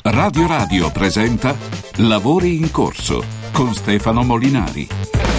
Radio Radio presenta Lavori in corso con Stefano Molinari.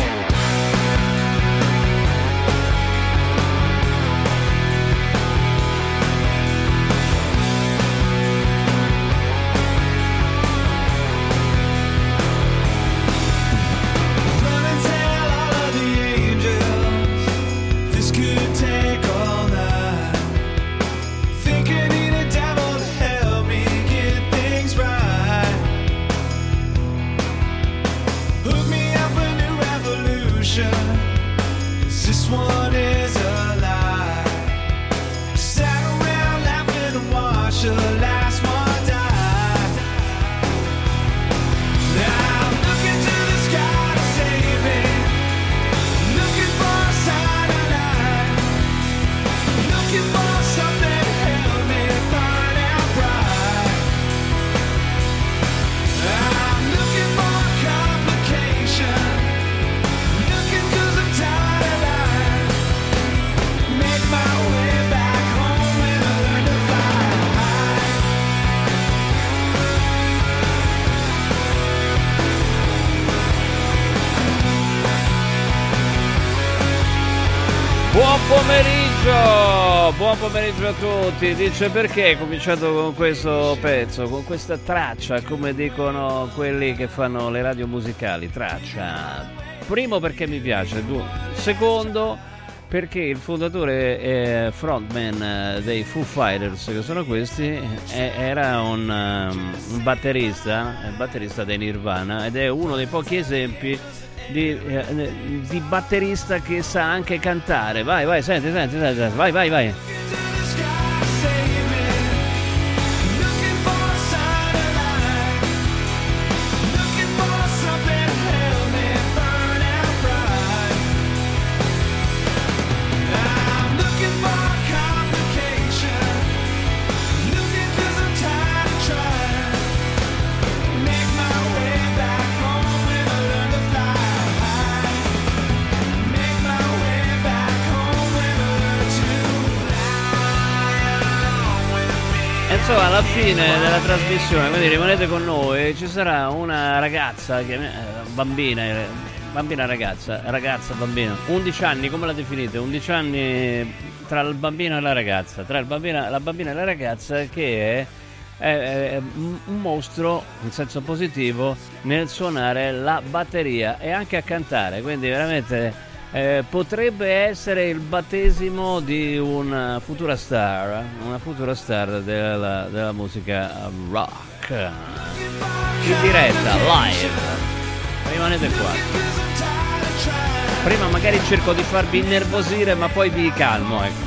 Buon pomeriggio a tutti. Dice: perché hai cominciato con questo pezzo, con questa traccia, come dicono quelli che fanno le radio musicali? Traccia. Primo, perché mi piace. Secondo, perché il fondatore e frontman dei Foo Fighters, che sono questi, era un batterista dei Nirvana, ed è uno dei pochi esempi di batterista che sa anche cantare. Vai, senti, vai. Alla fine della trasmissione, quindi rimanete con noi, ci sarà una ragazza, bambina, 11 anni, come la definite? 11 anni tra il bambino e la ragazza, la bambina e la ragazza, che è un mostro, in senso positivo, nel suonare la batteria e anche a cantare, quindi veramente... potrebbe essere il battesimo di una futura star della musica rock, in diretta, live. Rimanete qua. Prima magari cerco di farvi innervosire, ma poi vi calmo, ecco.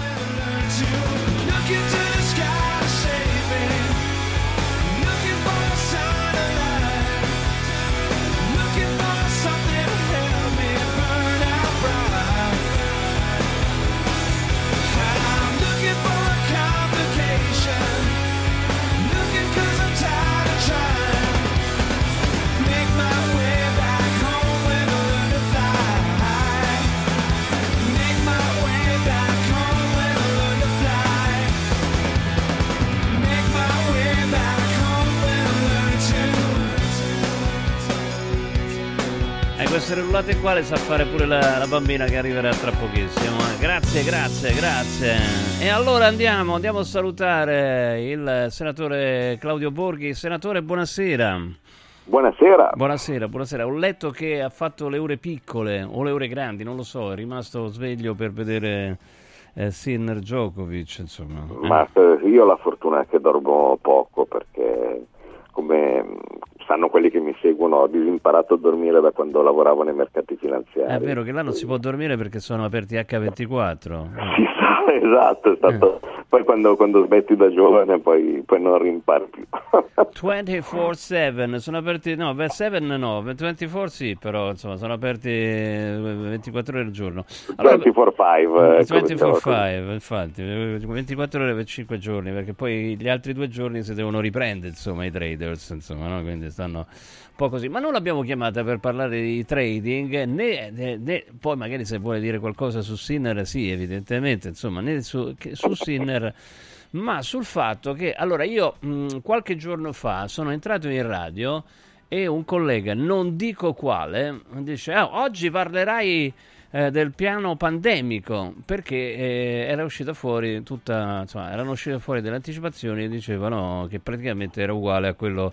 Queste rullate qua le sa fare pure la bambina che arriverà tra pochissimo. Grazie. E allora andiamo a salutare il senatore Claudio Borghi. Senatore, buonasera. Buonasera. Ho letto che ha fatto le ore piccole o le ore grandi, non lo so, è rimasto sveglio per vedere Sinner Djokovic, insomma. Ma io ho la fortuna che dormo poco, perché come sanno quelli che mi seguono, ho disimparato a dormire da quando lavoravo nei mercati finanziari. È vero che là non si può dormire perché sono aperti H24. Sì, esatto, è stato... Poi quando smetti da giovane poi non rimpari più. 24/7 sono aperti, 7 no, 24 sì, però insomma sono aperti 24 ore al giorno. Allora, 24/5. 24/5, infatti, 24 ore per 5 giorni, perché poi gli altri 2 giorni si devono riprendere, insomma, i traders, insomma, no? Quindi stanno un po' così. Ma non l'abbiamo chiamata per parlare di trading, né poi magari se vuole dire qualcosa su Sinner, sì, evidentemente, insomma, né su Sinner ma sul fatto che, allora io qualche giorno fa sono entrato in radio e un collega, non dico quale, dice oggi parlerai del piano pandemico, perché era uscita fuori erano uscite fuori delle anticipazioni e dicevano che praticamente era uguale a quello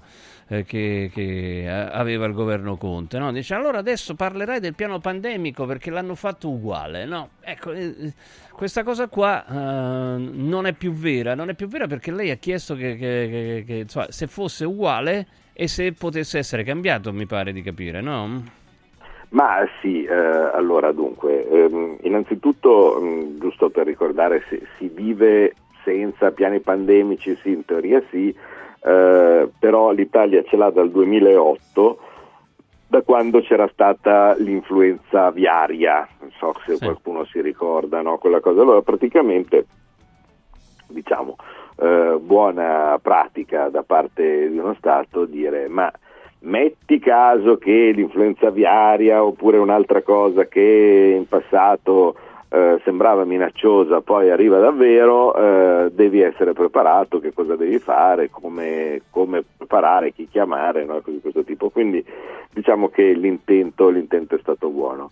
che aveva il governo Conte, no? Dice allora adesso parlerai del piano pandemico perché l'hanno fatto uguale, no? Ecco, questa cosa qua non è più vera perché lei ha chiesto che insomma, se fosse uguale e se potesse essere cambiato, mi pare di capire, no? Ma sì, allora dunque, innanzitutto, giusto per ricordare, si vive senza piani pandemici, sì, in teoria sì, però l'Italia ce l'ha dal 2008, da quando c'era stata l'influenza aviaria, non so se qualcuno si ricorda, no? Quella cosa. Allora praticamente, diciamo, buona pratica da parte di uno Stato dire ma metti caso che l'influenza aviaria oppure un'altra cosa che in passato sembrava minacciosa poi arriva davvero, devi essere preparato, che cosa devi fare, come preparare, chi chiamare, no? Così, questo tipo. Quindi diciamo che l'intento è stato buono.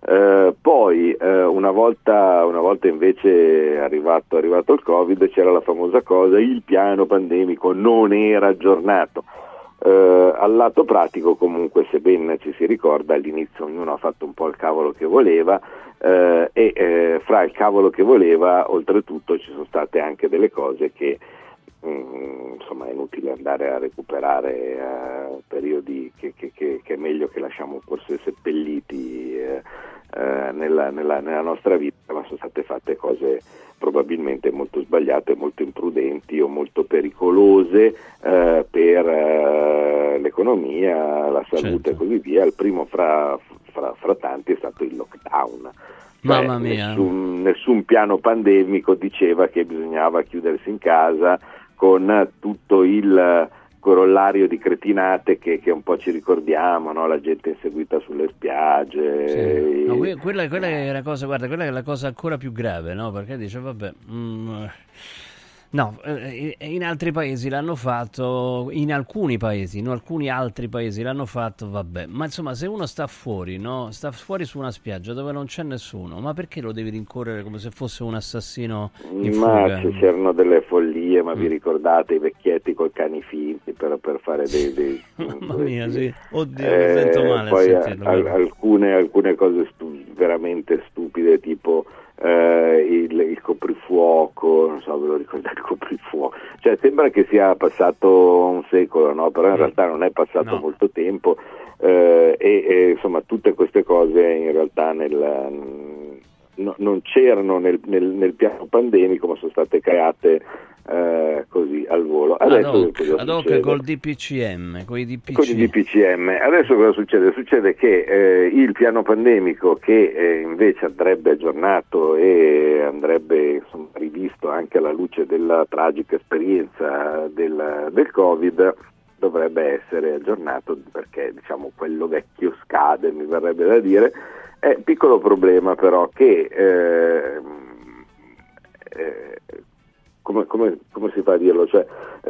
Poi una volta invece arrivato il Covid, c'era la famosa cosa, il piano pandemico non era aggiornato. Al lato pratico comunque, se ben ci si ricorda, all'inizio ognuno ha fatto un po' il cavolo che voleva, e fra il cavolo che voleva oltretutto ci sono state anche delle cose che insomma è inutile andare a recuperare periodi che è meglio che lasciamo forse seppelliti nella nostra vita, ma sono state fatte cose probabilmente molto sbagliate, molto imprudenti o molto pericolose per l'economia, la salute, e così via. Il primo fra tanti è stato il lockdown. Mamma mia. Nessun piano pandemico diceva che bisognava chiudersi in casa con tutto il corollario di cretinate che un po' ci ricordiamo, no? La gente inseguita sulle spiagge. Sì. No, quella è la cosa, guarda, quella è la cosa ancora più grave, no? Perché dice, vabbè, no, in altri paesi l'hanno fatto, in alcuni altri paesi l'hanno fatto, vabbè, ma insomma se uno sta fuori, no? Sta fuori su una spiaggia dove non c'è nessuno, ma perché lo devi rincorrere come se fosse un assassino in fuga? Ma c'erano delle follie, ma vi ricordate i vecchietti col cani finti per fare dei mamma mia, sì, oddio, mi sento male poi a sentirlo, alcune cose veramente stupide, tipo il coprifuoco, non so, ve lo ricordate il coprifuoco? Cioè sembra che sia passato un secolo, no? Però in realtà non è passato molto tempo, e insomma tutte queste cose in realtà non c'erano nel piano pandemico, ma sono state create così al volo. Adesso ad hoc col DPCM, con i DPCM. Adesso cosa succede? Succede che il piano pandemico, che invece andrebbe aggiornato e andrebbe insomma rivisto anche alla luce della tragica esperienza del Covid, dovrebbe essere aggiornato perché diciamo quello vecchio scade, mi verrebbe da dire. Piccolo problema però che come si fa a dirlo? Cioè,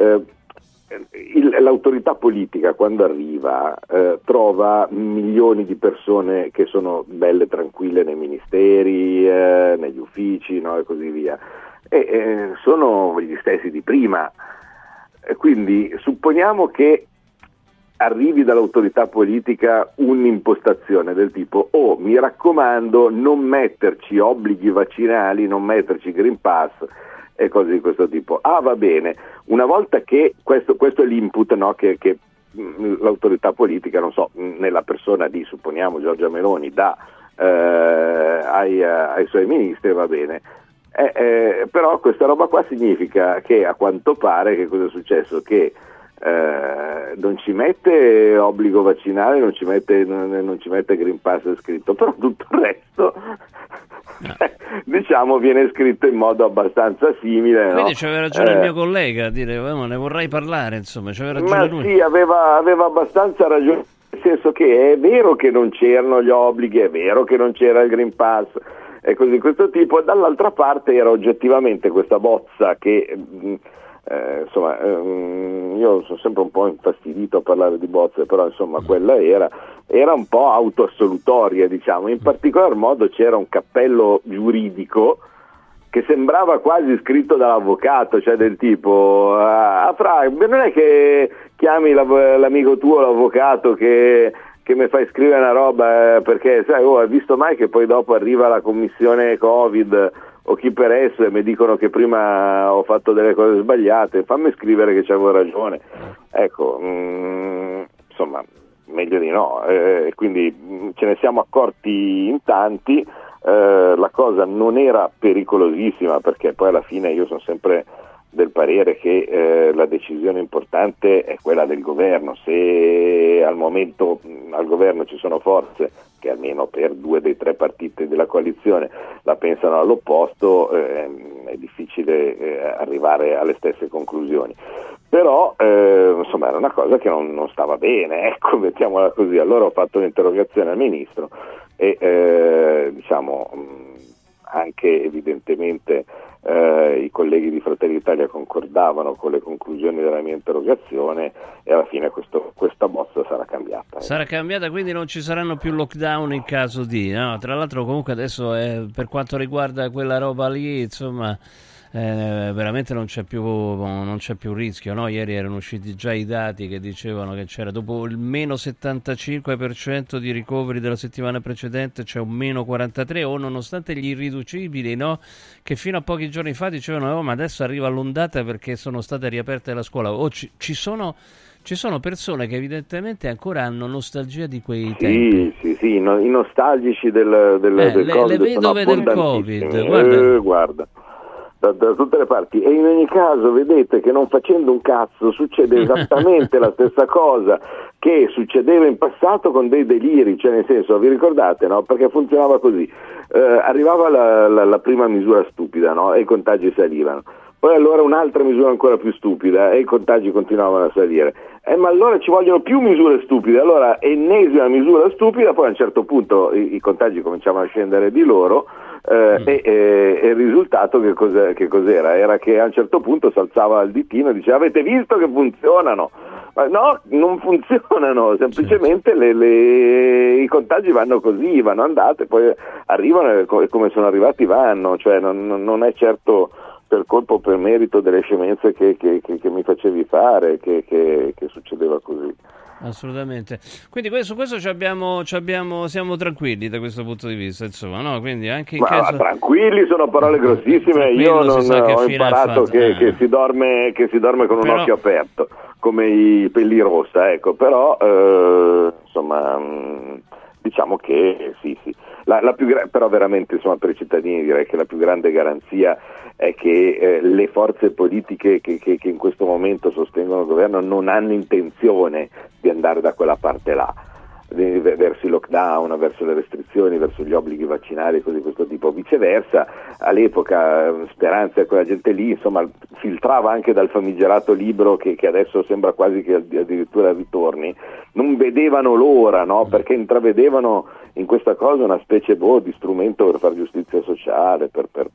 l'autorità politica quando arriva trova milioni di persone che sono belle tranquille nei ministeri, negli uffici, no? E così via, e sono gli stessi di prima. Quindi supponiamo che arrivi dall'autorità politica un'impostazione del tipo: mi raccomando, non metterci obblighi vaccinali, non metterci Green Pass e cose di questo tipo. Va bene, una volta che questo è l'input, no, che l'autorità politica, non so, nella persona di, supponiamo, Giorgia Meloni dà ai suoi ministri, va bene. Però questa roba qua significa che, a quanto pare, che cosa è successo? Che non ci mette obbligo vaccinale, non ci mette Green Pass scritto, però tutto il resto diciamo viene scritto in modo abbastanza simile. Quindi no? c'aveva ragione il mio collega a dire, ne vorrei parlare, insomma, c'aveva ragione lui. Sì, aveva abbastanza ragione, nel senso che è vero che non c'erano gli obblighi, è vero che non c'era il Green Pass, e così di questo tipo. Dall'altra parte era oggettivamente questa bozza che insomma, io sono sempre un po' infastidito a parlare di bozze, però insomma quella era un po' autoassolutoria, diciamo. In particolar modo c'era un cappello giuridico che sembrava quasi scritto dall'avvocato, cioè del tipo non è che chiami l'amico tuo, l'avvocato, che mi fai scrivere una roba perché sai, hai visto mai che poi dopo arriva la commissione Covid o chi per esso e mi dicono che prima ho fatto delle cose sbagliate, fammi scrivere che c'avevo ragione. Ecco, insomma, meglio di no, quindi ce ne siamo accorti in tanti. La cosa non era pericolosissima, perché poi alla fine io sono sempre del parere che la decisione importante è quella del governo. Se al momento al governo ci sono forze che almeno per 2 dei 3 partiti della coalizione la pensano all'opposto, è difficile arrivare alle stesse conclusioni. Però insomma era una cosa che non stava bene, ecco, mettiamola così. Allora ho fatto un'interrogazione al ministro e diciamo anche evidentemente i colleghi di Fratelli d'Italia concordavano con le conclusioni della mia interrogazione e alla fine questa bozza sarà cambiata. Sarà cambiata, quindi non ci saranno più lockdown in caso di, no? Tra l'altro comunque adesso per quanto riguarda quella roba lì, insomma, veramente non c'è più rischio, no? Ieri erano usciti già i dati che dicevano che c'era, dopo il meno 75% di ricoveri della settimana precedente, c'è un meno 43%, o nonostante gli irriducibili, no? Che fino a pochi giorni fa dicevano ma adesso arriva l'ondata perché sono state riaperte la scuola. Ci sono persone che evidentemente ancora hanno nostalgia di quei tempi. Sì, i nostalgici del Covid. Le vedove del Covid, guarda. Da tutte le parti, e in ogni caso vedete che non facendo un cazzo succede esattamente la stessa cosa che succedeva in passato con dei deliri, cioè nel senso, vi ricordate, no? Perché funzionava così, arrivava la prima misura stupida, no? E i contagi salivano, poi allora un'altra misura ancora più stupida e i contagi continuavano a salire, ma allora ci vogliono più misure stupide, allora ennesima misura stupida, poi a un certo punto i contagi cominciavano a scendere di loro. E il risultato che cos'era? Era che a un certo punto si alzava il ditino e diceva avete visto che funzionano? Ma no, non funzionano, semplicemente i contagi vanno così, vanno andate, poi arrivano e come sono arrivati vanno, cioè non è certo per colpa o per merito delle scemenze che mi facevi fare che succedeva così. Assolutamente. Quindi su questo siamo tranquilli da questo punto di vista, insomma, no? Quindi anche in caso... tranquilli sono parole grossissime. Io non ho imparato che si dorme con un occhio aperto, come i pelli rossa, ecco, però insomma diciamo che sì. Però veramente, insomma, per i cittadini direi che la più grande garanzia è che le forze politiche che in questo momento sostengono il governo non hanno intenzione di andare da quella parte là, verso il lockdown, verso le restrizioni, verso gli obblighi vaccinali, cose di questo tipo. Viceversa, all'epoca Speranza e quella gente lì, insomma, filtrava anche dal famigerato libro che adesso sembra quasi che addirittura ritorni, non vedevano l'ora, no? Perché intravedevano in questa cosa una specie di strumento per fare giustizia sociale,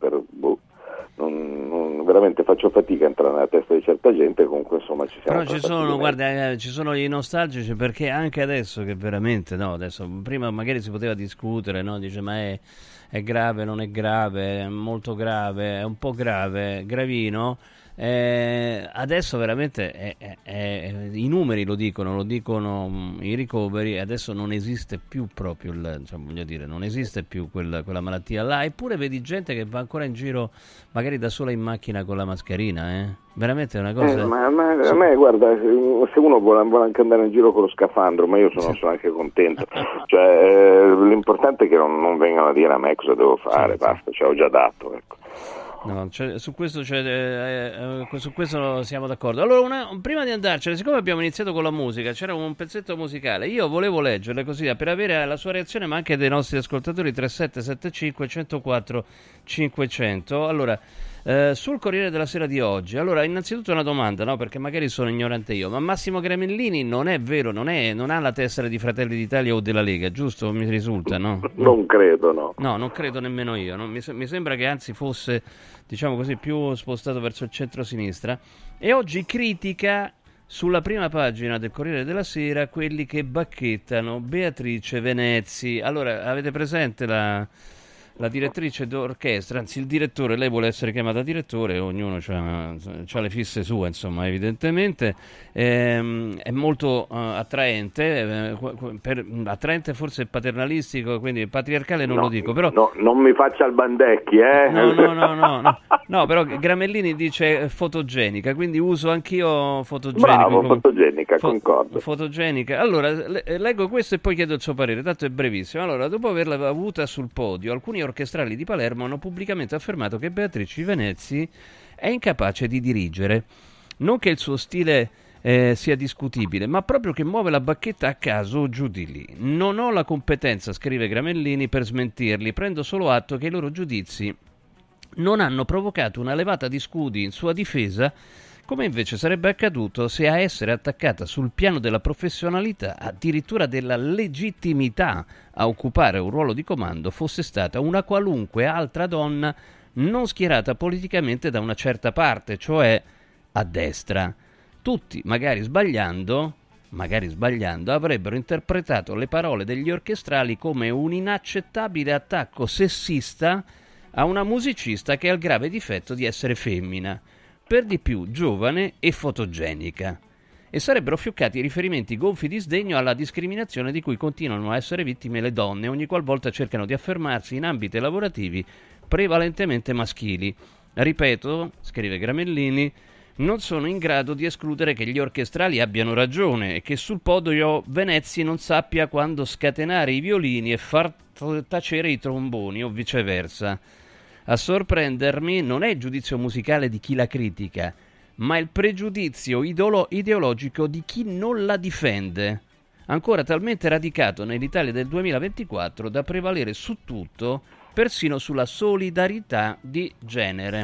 non veramente faccio fatica a entrare nella testa di certa gente. Comunque insomma ci siamo. Però ci sono gli nostalgici, perché anche adesso che veramente, no, adesso prima magari si poteva discutere, no, dice ma è grave, non è grave, è molto grave, è un po' grave, gravino. Adesso veramente i numeri lo dicono i ricoveri, adesso non esiste più proprio non esiste più quella malattia là, eppure vedi gente che va ancora in giro magari da sola in macchina con la mascherina, veramente è una cosa a me guarda, se uno vuole anche andare in giro con lo scafandro, ma io sono anche contento, cioè l'importante è che non vengano a dire a me cosa devo fare, basta, ho già dato, ecco. No, su questo siamo d'accordo. Allora, prima di andarcene, siccome abbiamo iniziato con la musica, c'era un pezzetto musicale, io volevo leggerle così per avere la sua reazione, ma anche dei nostri ascoltatori. 3775 104 500. Allora, Sul Corriere della Sera di oggi, allora innanzitutto una domanda, no? Perché magari sono ignorante io, ma Massimo Gramellini non è vero, non ha la tessera di Fratelli d'Italia o della Lega, giusto? Mi risulta, no? Non credo, no. No, non credo nemmeno io, no? Mi sembra che anzi fosse, diciamo così, più spostato verso il centro-sinistra, e oggi critica sulla prima pagina del Corriere della Sera quelli che bacchettano Beatrice Venezzi. Allora, avete presente la direttrice d'orchestra, anzi il direttore, lei vuole essere chiamata direttore, ognuno ha le fisse sue, insomma, evidentemente è molto attraente, attraente forse paternalistico, quindi patriarcale non lo dico, però... No, non mi faccia il Bandecchi, No, però Gramellini dice fotogenica, quindi uso anch'io fotogenico. Bravo, fotogenica, concordo. Fotogenica. Allora, leggo questo e poi chiedo il suo parere, tanto è brevissimo. Allora, dopo averla avuta sul podio, alcuni orchestrali di Palermo hanno pubblicamente affermato che Beatrice Venezzi è incapace di dirigere. Non che il suo stile sia discutibile, ma proprio che muove la bacchetta a caso o giù di lì. Non ho la competenza, scrive Gramellini, per smentirli. Prendo solo atto che i loro giudizi non hanno provocato una levata di scudi in sua difesa, come invece sarebbe accaduto se a essere attaccata sul piano della professionalità, addirittura della legittimità a occupare un ruolo di comando, fosse stata una qualunque altra donna non schierata politicamente da una certa parte, cioè a destra. Tutti, magari sbagliando, avrebbero interpretato le parole degli orchestrali come un inaccettabile attacco sessista a una musicista che ha il grave difetto di essere femmina, per di più giovane e fotogenica, e sarebbero fioccati riferimenti gonfi di sdegno alla discriminazione di cui continuano a essere vittime le donne ogni qualvolta cercano di affermarsi in ambiti lavorativi prevalentemente maschili. Ripeto, scrive Gramellini, non sono in grado di escludere che gli orchestrali abbiano ragione e che sul podio Venezzi non sappia quando scatenare i violini e far tacere i tromboni o viceversa. A sorprendermi non è il giudizio musicale di chi la critica, ma il pregiudizio ideologico di chi non la difende, ancora talmente radicato nell'Italia del 2024 da prevalere su tutto, persino sulla solidarietà di genere.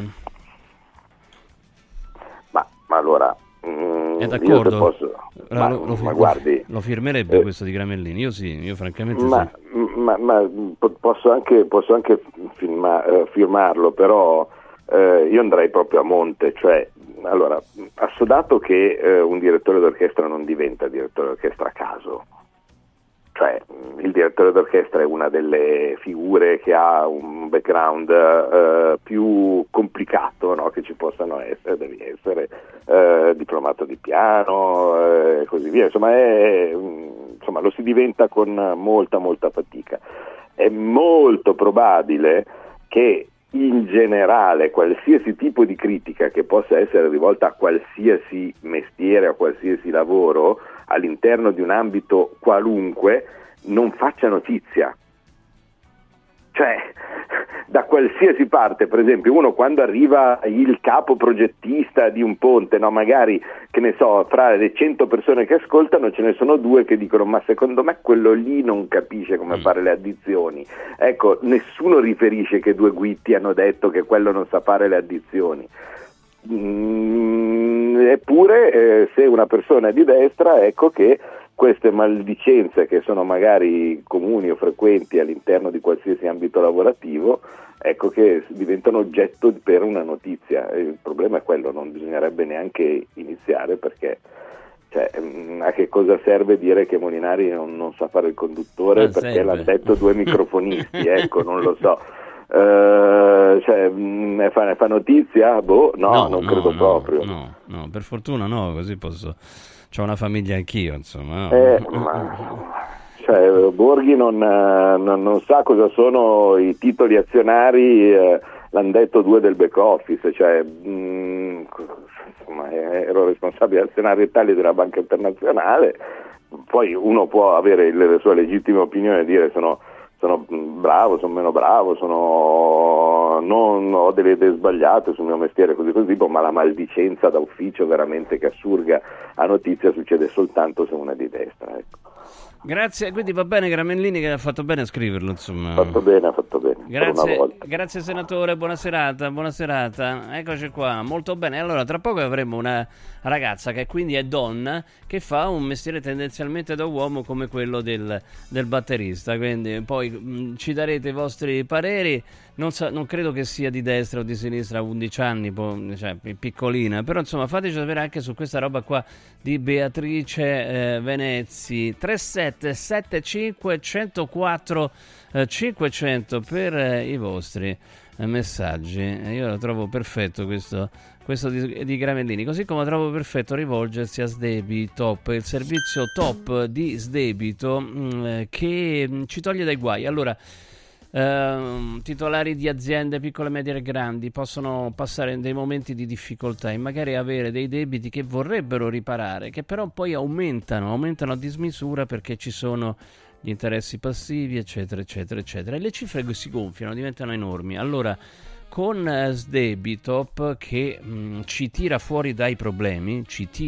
Ma allora... È d'accordo? Posso... guardi, lo firmerebbe questo di Gramellini? Io francamente sì. Ma posso anche firmarlo, però io andrei proprio a monte, cioè, allora, assodato che un direttore d'orchestra non diventa direttore d'orchestra a caso, cioè il direttore d'orchestra è una delle figure che ha un background più complicato, no, che ci possano essere, devi essere diplomato di piano e così via, insomma lo si diventa con molta fatica. È molto probabile che in generale qualsiasi tipo di critica che possa essere rivolta a qualsiasi mestiere, a qualsiasi lavoro all'interno di un ambito qualunque non faccia notizia. Cioè, da qualsiasi parte, per esempio, uno quando arriva il capo progettista di un ponte, no, magari, che ne so, fra le 100 persone che ascoltano ce ne sono 2 che dicono ma secondo me quello lì non capisce come fare le addizioni. Ecco, nessuno riferisce che 2 guitti hanno detto che quello non sa fare le addizioni. Eppure se una persona è di destra, ecco che queste maldicenze che sono magari comuni o frequenti all'interno di qualsiasi ambito lavorativo, ecco che diventano oggetto per una notizia. Il problema è quello, non bisognerebbe neanche iniziare, perché a che cosa serve dire che Molinari non sa fare il conduttore perché l'hanno detto 2 microfonisti, ecco, non lo so. Fa notizia? Non credo proprio. No, per fortuna no, così c'ho una famiglia anch'io, insomma. Borghi non sa cosa sono i titoli azionari, l'hanno detto 2 del back office, ero responsabile azionarietario della Banca Internazionale. Poi uno può avere le sue legittime opinioni e dire sono bravo, sono meno bravo, non ho delle idee sbagliate sul mio mestiere, così, ma la maldicenza da ufficio veramente che assurga a notizia succede soltanto se uno è di destra, ecco. Grazie, quindi va bene Gramellini, che ha fatto bene a scriverlo, insomma. Ha fatto bene. Grazie senatore, buona serata, eccoci qua, molto bene. Allora tra poco avremo una ragazza che quindi è donna, che fa un mestiere tendenzialmente da uomo come quello del batterista, quindi poi ci darete i vostri pareri. Non credo che sia di destra o di sinistra, a 11 anni, cioè piccolina, però insomma fateci sapere anche su questa roba qua di Beatrice Venezzi. 3775 104 500 per i vostri messaggi. Io lo trovo perfetto questo di Gravellini, così come trovo perfetto rivolgersi a Sdebitop, il servizio top di Sdebito che ci toglie dai guai. Allora, titolari di aziende piccole, medie e grandi possono passare dei momenti di difficoltà e magari avere dei debiti che vorrebbero riparare, che però poi aumentano a dismisura perché ci sono gli interessi passivi, eccetera, eccetera, eccetera, e le cifre si gonfiano, diventano enormi. Allora, con Sdebitop che ci tira fuori dai problemi,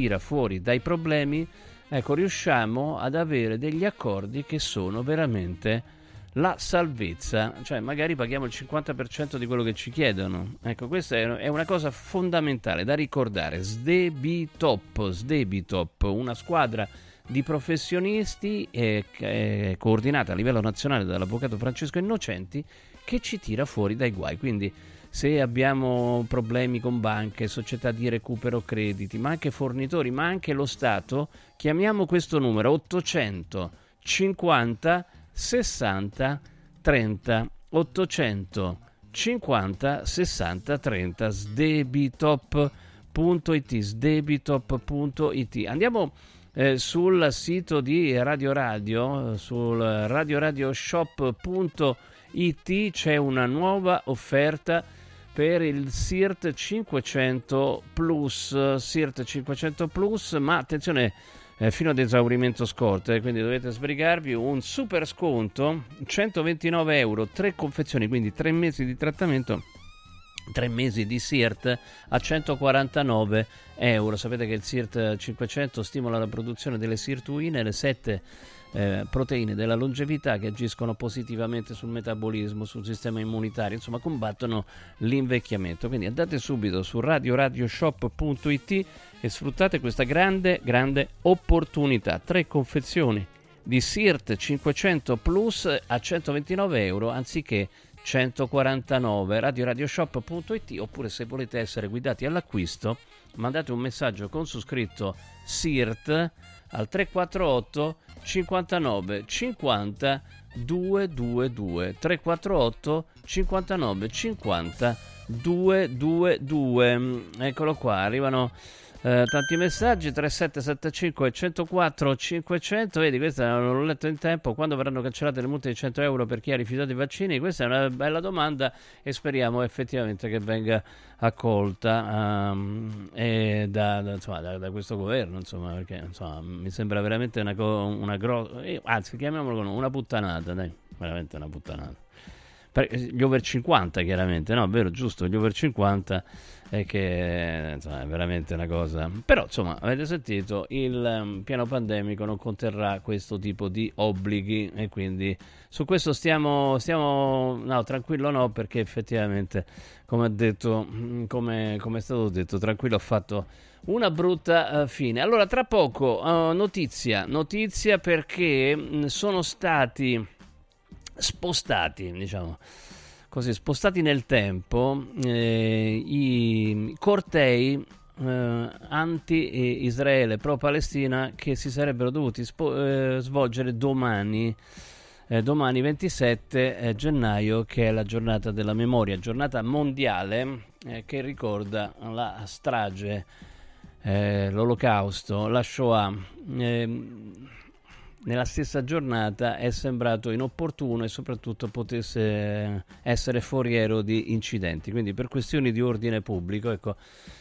ecco, riusciamo ad avere degli accordi che sono veramente la salvezza, cioè magari paghiamo il 50% di quello che ci chiedono. Ecco, questa è una cosa fondamentale da ricordare. Sdebitop, una squadra di professionisti coordinata a livello nazionale dall'avvocato Francesco Innocenti, che ci tira fuori dai guai. Quindi se abbiamo problemi con banche, società di recupero crediti, ma anche fornitori, ma anche lo Stato, chiamiamo questo numero 850 60 30 850 60 30 sdebitop.it. Andiamo sul sito di Radio, sul radioradioshop.it c'è una nuova offerta per il SIRT 500 Plus, ma attenzione, fino ad esaurimento scorte, quindi dovete sbrigarvi. Un super sconto, 129 euro, 3 confezioni, quindi 3 mesi di trattamento, 3 mesi di SIRT a 149 euro. Sapete che il SIRT 500 stimola la produzione delle sirtuine, le 7 proteine della longevità che agiscono positivamente sul metabolismo, sul sistema immunitario, insomma combattono l'invecchiamento. Quindi andate subito su radioradioshop.it e sfruttate questa grande opportunità. 3 confezioni di SIRT 500 Plus a 129 euro anziché 149. radioradioshop.it. Oppure, se volete essere guidati all'acquisto, mandate un messaggio con su scritto SIRT al 348 59 50 222 348 59 50 222. Eccolo qua, arrivano tanti messaggi. 3775 104 500. Vedi, questa non l'ho letto in tempo. Quando verranno cancellate le multe di 100 euro per chi ha rifiutato i vaccini? Questa è una bella domanda e speriamo effettivamente che venga accolta da questo governo, insomma, perché insomma mi sembra veramente una grossa, anzi chiamiamolo una puttanata, dai, veramente una puttanata. Gli over 50 chiaramente, no, vero, giusto, gli over 50 è che insomma, è veramente una cosa. Però insomma, avete sentito, il piano pandemico non conterrà questo tipo di obblighi e quindi su questo stiamo no, tranquillo no, perché effettivamente come è stato detto, tranquillo, ha fatto una brutta fine. Allora tra poco notizia perché sono stati spostati, diciamo così, spostati nel tempo i cortei anti-Israele, pro-Palestina, che si sarebbero dovuti svolgere domani 27 gennaio, che è la giornata della memoria, giornata mondiale che ricorda la strage, l'olocausto, la Shoah. Nella stessa giornata è sembrato inopportuno e soprattutto potesse essere foriero di incidenti. Quindi per questioni di ordine pubblico, ecco,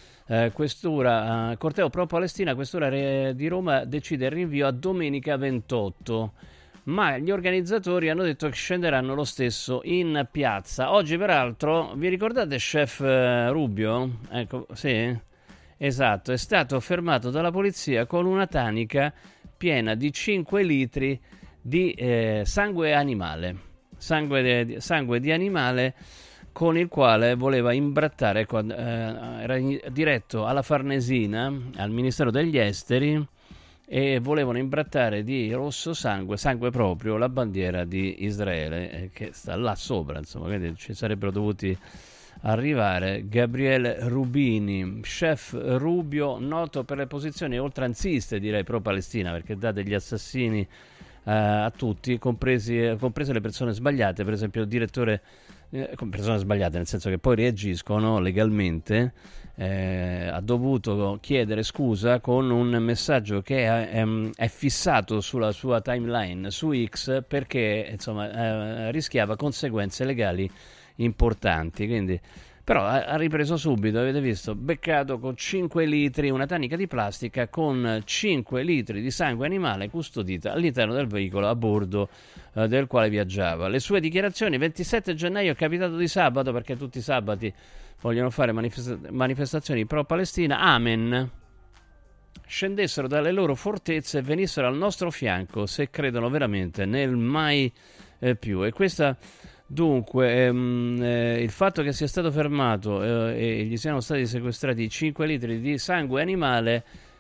corteo pro-Palestina, questura di Roma decide il rinvio a domenica 28, ma gli organizzatori hanno detto che scenderanno lo stesso in piazza. Oggi peraltro, vi ricordate Chef Rubio? Ecco, sì, esatto, è stato fermato dalla polizia con una tanica piena di 5 litri di sangue animale. sangue di animale, con il quale voleva imbrattare, era diretto alla Farnesina, al Ministero degli Esteri, e volevano imbrattare di rosso sangue proprio, la bandiera di Israele, che sta là sopra, insomma, quindi ci sarebbero dovuti arrivare. Gabriele Rubini, chef Rubio, noto per le posizioni oltranziste, direi pro-Palestina, perché dà degli assassini a tutti, comprese le persone sbagliate, per esempio il direttore, persone sbagliate nel senso che poi reagiscono legalmente, ha dovuto chiedere scusa con un messaggio che è fissato sulla sua timeline su X, perché insomma rischiava conseguenze legali importanti. Quindi però ha ripreso subito, avete visto, beccato con 5 litri, una tanica di plastica con 5 litri di sangue animale custodita all'interno del veicolo a bordo del quale viaggiava. Le sue dichiarazioni: 27 gennaio è capitato di sabato, perché tutti i sabati vogliono fare manifestazioni pro-Palestina, amen, scendessero dalle loro fortezze e venissero al nostro fianco se credono veramente nel mai più. E questa, dunque, il fatto che sia stato fermato e gli siano stati sequestrati 5 litri di sangue animale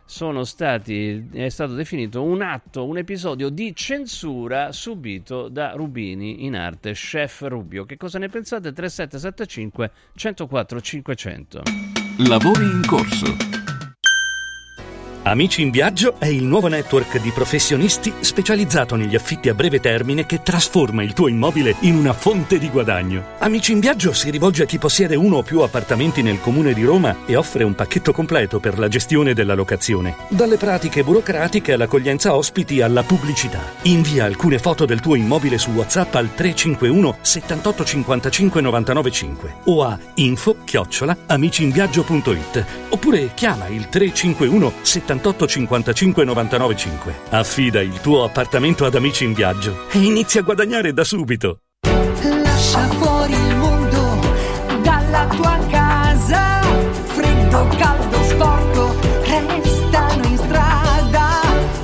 è stato definito un episodio di censura subito da Rubini, in arte chef Rubio. Che cosa ne pensate? 3775 104 500. Lavori in corso. Amici in Viaggio è il nuovo network di professionisti specializzato negli affitti a breve termine che trasforma il tuo immobile in una fonte di guadagno. Amici in Viaggio si rivolge a chi possiede uno o più appartamenti nel comune di Roma e offre un pacchetto completo per la gestione della locazione, dalle pratiche burocratiche all'accoglienza ospiti alla pubblicità. Invia alcune foto del tuo immobile su WhatsApp al 351 78 55 99 5 o a info@amiciinviaggio.it, oppure chiama il 351 78 55 99 5. Affida il tuo appartamento ad Amici in Viaggio e inizia a guadagnare da subito. Lascia fuori il mondo dalla tua casa, freddo, caldo, sporco, restano in strada.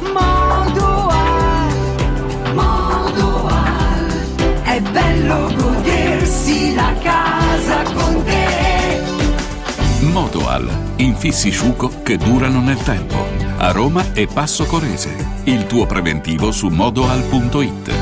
Modoal, è bello godersi la casa con te. Modoal, infissi Sciuco che durano nel tempo. A Roma e Passo Corese. Il tuo preventivo su modoal.it.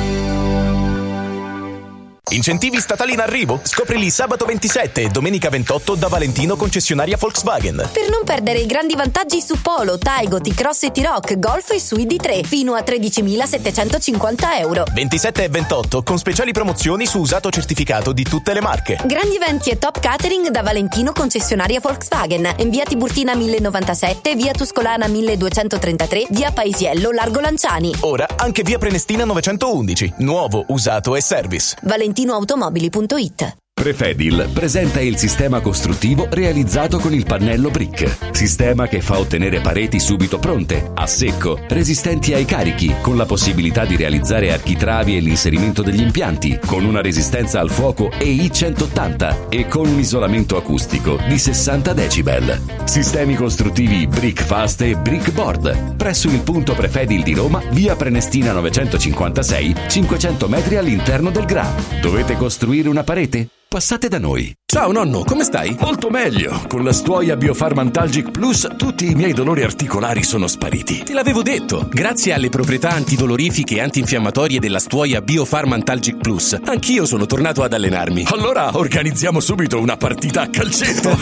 Incentivi statali in arrivo? Scoprili sabato 27 e domenica 28 da Valentino concessionaria Volkswagen. Per non perdere i grandi vantaggi su Polo, Taigo, T-Cross e T-Roc, Golf e su ID3 fino a 13.750 euro. 27 e 28 con speciali promozioni su usato certificato di tutte le marche. Grandi eventi e top catering da Valentino concessionaria Volkswagen. In via Tiburtina 1097, via Tuscolana 1233, via Paisiello, Largo Lanciani. Ora anche via Prenestina 911. Nuovo, usato e service. valentinoautomobili.it. Prefedil presenta il sistema costruttivo realizzato con il pannello brick. Sistema che fa ottenere pareti subito pronte, a secco, resistenti ai carichi, con la possibilità di realizzare architravi e l'inserimento degli impianti, con una resistenza al fuoco EI 180 e con un isolamento acustico di 60 decibel. Sistemi costruttivi Brick Fast e Brick Board. Presso il punto Prefedil di Roma, via Prenestina 956, 500 metri all'interno del GRA. Dovete costruire una parete? Passate da noi. Ciao nonno, come stai? Molto meglio. Con la Stuoia Biofarmantalgic Plus tutti i miei dolori articolari sono spariti. Te l'avevo detto. Grazie alle proprietà antidolorifiche e antinfiammatorie della Stuoia Biofarmantalgic Plus, anch'io sono tornato ad allenarmi. Allora organizziamo subito una partita a calcetto.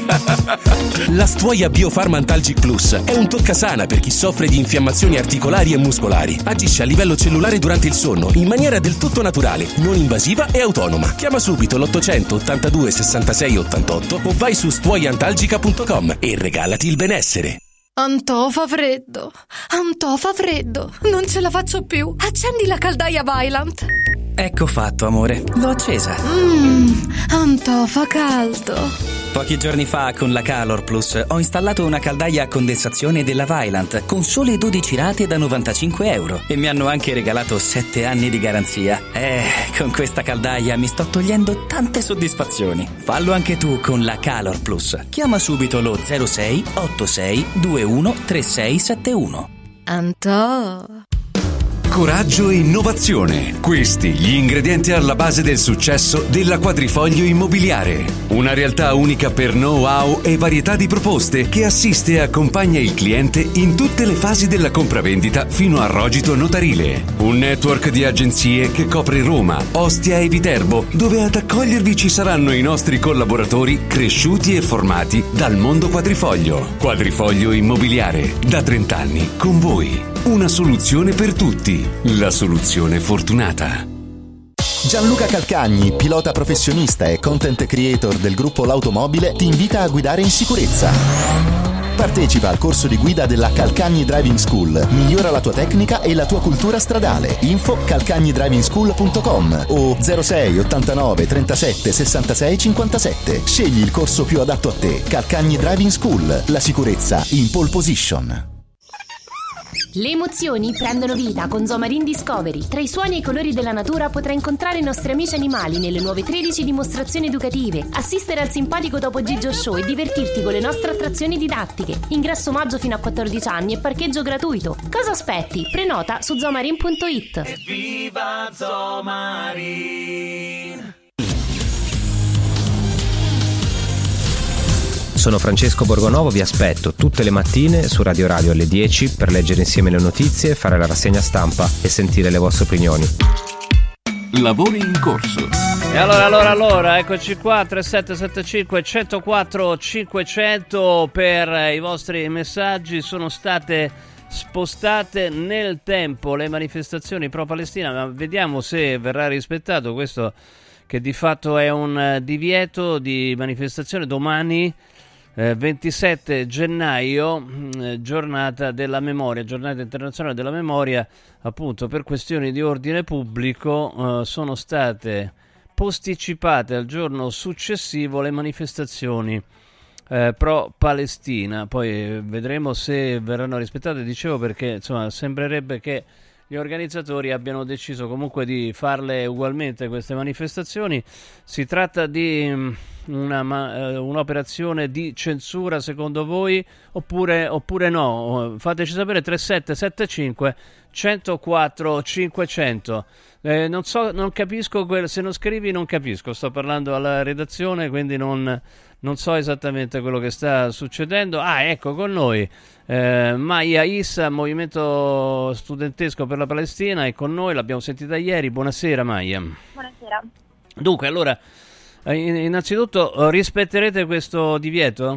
La Stuoia Biofarmantalgic Plus è un toccasana per chi soffre di infiammazioni articolari e muscolari. Agisce a livello cellulare durante il sonno in maniera del tutto naturale, non invasiva e autonoma. Chiama subito l'800 82 66 88 o vai su stuoiantalgica.com e regalati il benessere. Antò fa freddo, non ce la faccio più. Accendi la caldaia Vaillant. Ecco fatto, amore, l'ho accesa. Antò fa caldo. Pochi giorni fa con la Calor Plus ho installato una caldaia a condensazione della Vaillant con sole 12 rate da 95 euro e mi hanno anche regalato 7 anni di garanzia. Con questa caldaia mi sto togliendo tante soddisfazioni. Fallo anche tu con la Calor Plus. Chiama subito lo 06 86 21 3671. Antò. coraggio e innovazione. Questi gli ingredienti alla base del successo della Quadrifoglio Immobiliare. Una realtà unica per know-how e varietà di proposte che assiste e accompagna il cliente in tutte le fasi della compravendita fino al rogito notarile. Un network di agenzie che copre Roma, Ostia e Viterbo, dove ad accogliervi ci saranno i nostri collaboratori cresciuti e formati dal mondo Quadrifoglio. Quadrifoglio Immobiliare, da 30 anni con voi. Una soluzione per tutti, la soluzione fortunata. Gianluca Calcagni, pilota professionista e content creator del gruppo L'Automobile, ti invita a guidare in sicurezza. Partecipa al corso di guida della Calcagni Driving School. Migliora la tua tecnica e la tua cultura stradale. Info calcagnidrivingschool.com o 06 89 37 66 57. Scegli il corso più adatto a te. Calcagni Driving School. La sicurezza in pole position. Le emozioni prendono vita con Zomarin Discovery. Tra i suoni e i colori della natura potrai incontrare i nostri amici animali nelle nuove 13 dimostrazioni educative, assistere al simpatico Topo Gigio Show e divertirti con le nostre attrazioni didattiche. Ingresso omaggio fino a 14 anni e parcheggio gratuito. Cosa aspetti? Prenota su zomarin.it. Viva Zomarin! Sono Francesco Borgonovo, vi aspetto tutte le mattine su Radio Radio alle 10 per leggere insieme le notizie, fare la rassegna stampa e sentire le vostre opinioni. Lavori in corso. E allora, eccoci qua, 3775 104 500 per i vostri messaggi. Sono state spostate nel tempo le manifestazioni pro-Palestina, ma vediamo se verrà rispettato questo, che di fatto è un divieto di manifestazione domani. 27 gennaio, giornata della memoria, giornata internazionale della memoria. Appunto, per questioni di ordine pubblico sono state posticipate al giorno successivo le manifestazioni pro-Palestina. Poi vedremo se verranno rispettate, dicevo, perché insomma sembrerebbe che gli organizzatori abbiano deciso comunque di farle ugualmente queste manifestazioni. Si tratta di un'operazione di censura secondo voi oppure no? Fateci sapere. 3775 104 500. Non capisco se non scrivi non capisco, sto parlando alla redazione, quindi non so esattamente quello che sta succedendo. Ecco con noi Maya Issa, Movimento Studentesco per la Palestina, è con noi, l'abbiamo sentita ieri. Buonasera Maya. Buonasera. Dunque, allora, innanzitutto rispetterete questo divieto?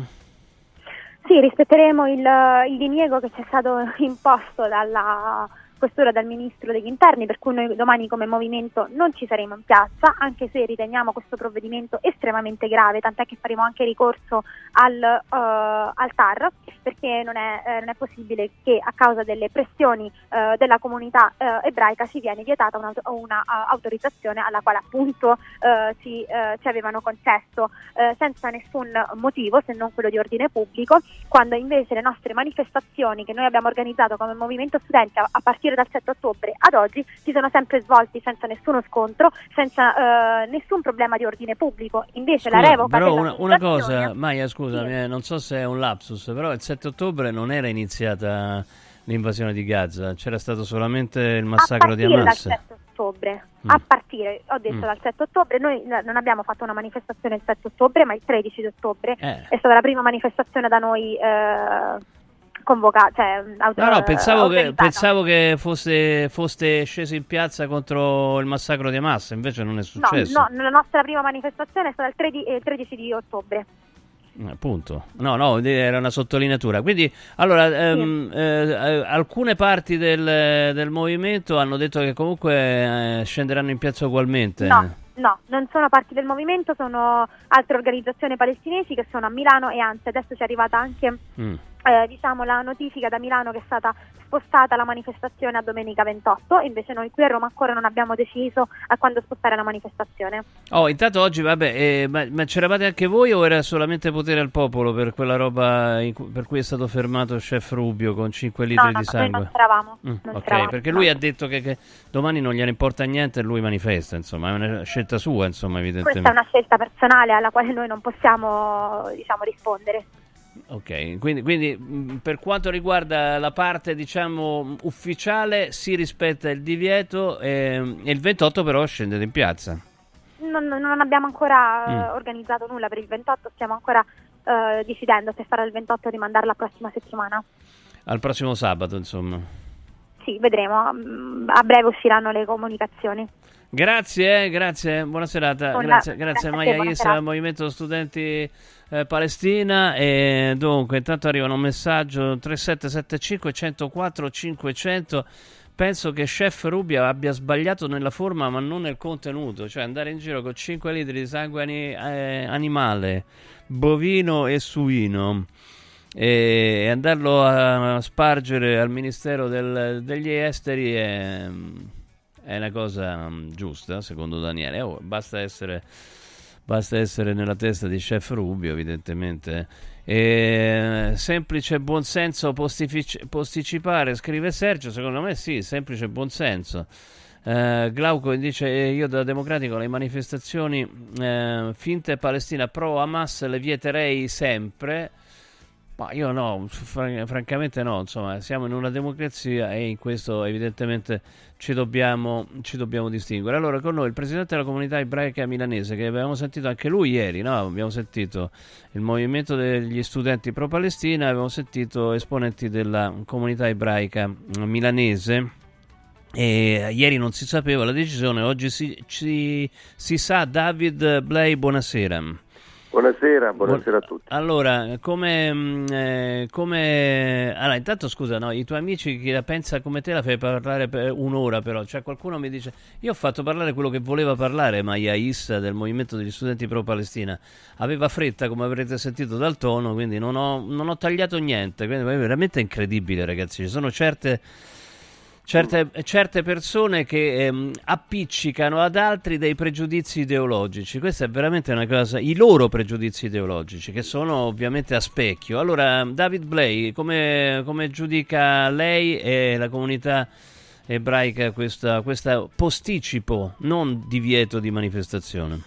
Sì, rispetteremo il diniego che ci è stato imposto dalla questura, dal Ministro degli Interni, per cui noi domani come movimento non ci saremo in piazza, anche se riteniamo questo provvedimento estremamente grave, tant'è che faremo anche ricorso al TAR, perché non è possibile che a causa delle pressioni della comunità ebraica ci viene vietata una autorizzazione alla quale appunto ci avevano concesso senza nessun motivo se non quello di ordine pubblico, quando invece le nostre manifestazioni che noi abbiamo organizzato come movimento studente a partire dal 7 ottobre ad oggi si sono sempre svolti senza nessuno scontro, senza nessun problema di ordine pubblico. Invece la revoca però una cosa, Maya, scusami, sì. Non so se è un lapsus, però il 7 ottobre non era iniziata l'invasione di Gaza, c'era stato solamente il massacro di Hamas. Dal 7 ottobre. A partire, ho detto, dal 7 ottobre, noi non abbiamo fatto una manifestazione il 7 ottobre, ma il 13 di ottobre è stata la prima manifestazione da noi convocata, pensavo che foste scesi in piazza contro il massacro di Hamas, invece non è successo. No, la nostra prima manifestazione è stata il 13 di ottobre. Appunto, no, era una sottolineatura. Quindi, allora, alcune parti del movimento hanno detto che comunque scenderanno in piazza ugualmente. No, non sono parti del movimento, sono altre organizzazioni palestinesi che sono a Milano, e anzi adesso ci è arrivata anche la notifica da Milano che è stata spostata la manifestazione a domenica 28, invece noi qui a Roma ancora non abbiamo deciso a quando spostare la manifestazione. Intanto oggi, ma c'eravate anche voi o era solamente potere al popolo per quella roba per cui è stato fermato il chef Rubio con 5 litri di sangue? Noi non c'eravamo. Perché lui ha detto che domani non gliene importa niente e lui manifesta, insomma, è una scelta sua, insomma, evidentemente. Questa è una scelta personale alla quale noi non possiamo, rispondere. Ok, quindi per quanto riguarda la parte, diciamo, ufficiale, si rispetta il divieto e il 28 però scendete in piazza. Non abbiamo ancora organizzato nulla per il 28, stiamo ancora decidendo se fare il 28 o rimandare la prossima settimana. Al prossimo sabato, insomma. Sì, vedremo. A breve usciranno le comunicazioni. Grazie, buona serata. Grazie Maia Issa, Movimento Studenti Palestina. E dunque, intanto arriva un messaggio 3775 104 500. Penso che Chef Rubia abbia sbagliato nella forma ma non nel contenuto, cioè andare in giro con 5 litri di sangue animale, bovino e suino, e andarlo a spargere al Ministero degli Esteri è una cosa giusta, secondo Daniele. Basta essere nella testa di Chef Rubio, evidentemente. Semplice buonsenso posticipare, scrive Sergio. Secondo me sì, semplice buonsenso. Glauco dice: io da democratico le manifestazioni finte Palestina pro Hamas le vieterei sempre. Ma io no, francamente no, insomma, siamo in una democrazia e in questo evidentemente ci dobbiamo distinguere. Allora, con noi il presidente della comunità ebraica milanese, che abbiamo sentito anche lui ieri, no? Abbiamo sentito il movimento degli studenti pro Palestina, abbiamo sentito esponenti della comunità ebraica milanese. E ieri non si sapeva la decisione, oggi si sa. David Blay, buonasera. Buonasera a tutti. Allora, allora, intanto scusa, no, i tuoi amici chi la pensa come te la fai parlare per un'ora, però, cioè qualcuno mi dice: io ho fatto parlare quello che voleva parlare Maia Issa del movimento degli studenti pro Palestina, aveva fretta, come avrete sentito dal tono, quindi non ho tagliato niente, quindi è veramente incredibile, ragazzi. Ci sono certe persone che appiccicano ad altri dei pregiudizi ideologici. Questa è veramente una cosa, i loro pregiudizi ideologici, che sono ovviamente a specchio. Allora, David Blay, come giudica lei e la comunità ebraica questa posticipo, non divieto di manifestazione?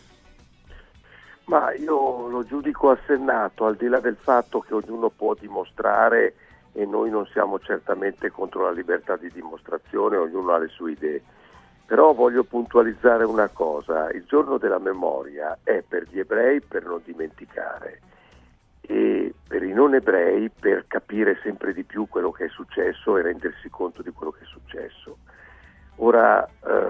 Ma io lo giudico assennato, al di là del fatto che ognuno può dimostrare, e noi non siamo certamente contro la libertà di dimostrazione, ognuno ha le sue idee. Però voglio puntualizzare una cosa: il giorno della memoria è per gli ebrei per non dimenticare, e per i non ebrei per capire sempre di più quello che è successo e rendersi conto di quello che è successo. Ora,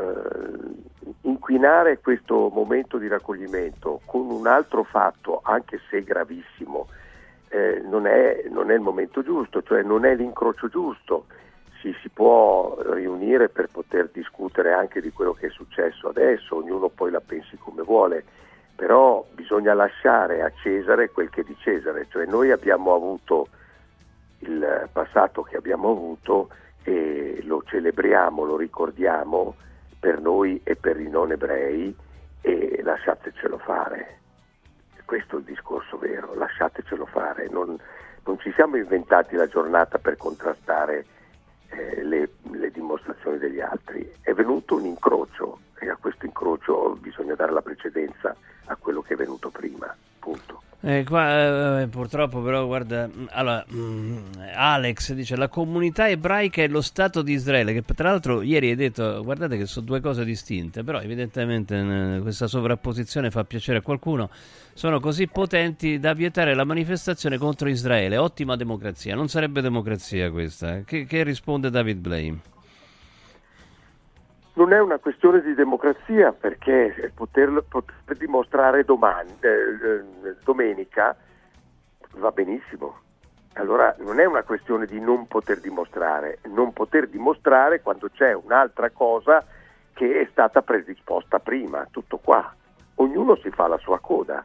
inquinare questo momento di raccoglimento con un altro fatto, anche se gravissimo, non è il momento giusto, cioè non è l'incrocio giusto. Si può riunire per poter discutere anche di quello che è successo adesso, ognuno poi la pensi come vuole, però bisogna lasciare a Cesare quel che è di Cesare, cioè noi abbiamo avuto il passato che abbiamo avuto e lo celebriamo, lo ricordiamo per noi e per i non ebrei, e lasciatecelo fare. Questo è il discorso vero, lasciatecelo fare, non ci siamo inventati la giornata per contrastare le dimostrazioni degli altri. È venuto un incrocio e a questo incrocio bisogna dare la precedenza a quello che è venuto prima, punto. Purtroppo però, guarda, allora, Alex dice: la comunità ebraica e lo Stato di Israele, che tra l'altro ieri hai detto, guardate che sono due cose distinte, però evidentemente questa sovrapposizione fa piacere a qualcuno, sono così potenti da vietare la manifestazione contro Israele. Ottima democrazia, non sarebbe democrazia questa? Che risponde David Blay? Non è una questione di democrazia, perché poter dimostrare domenica va benissimo. Allora non è una questione di non poter dimostrare quando c'è un'altra cosa che è stata predisposta prima, tutto qua. Ognuno si fa la sua coda.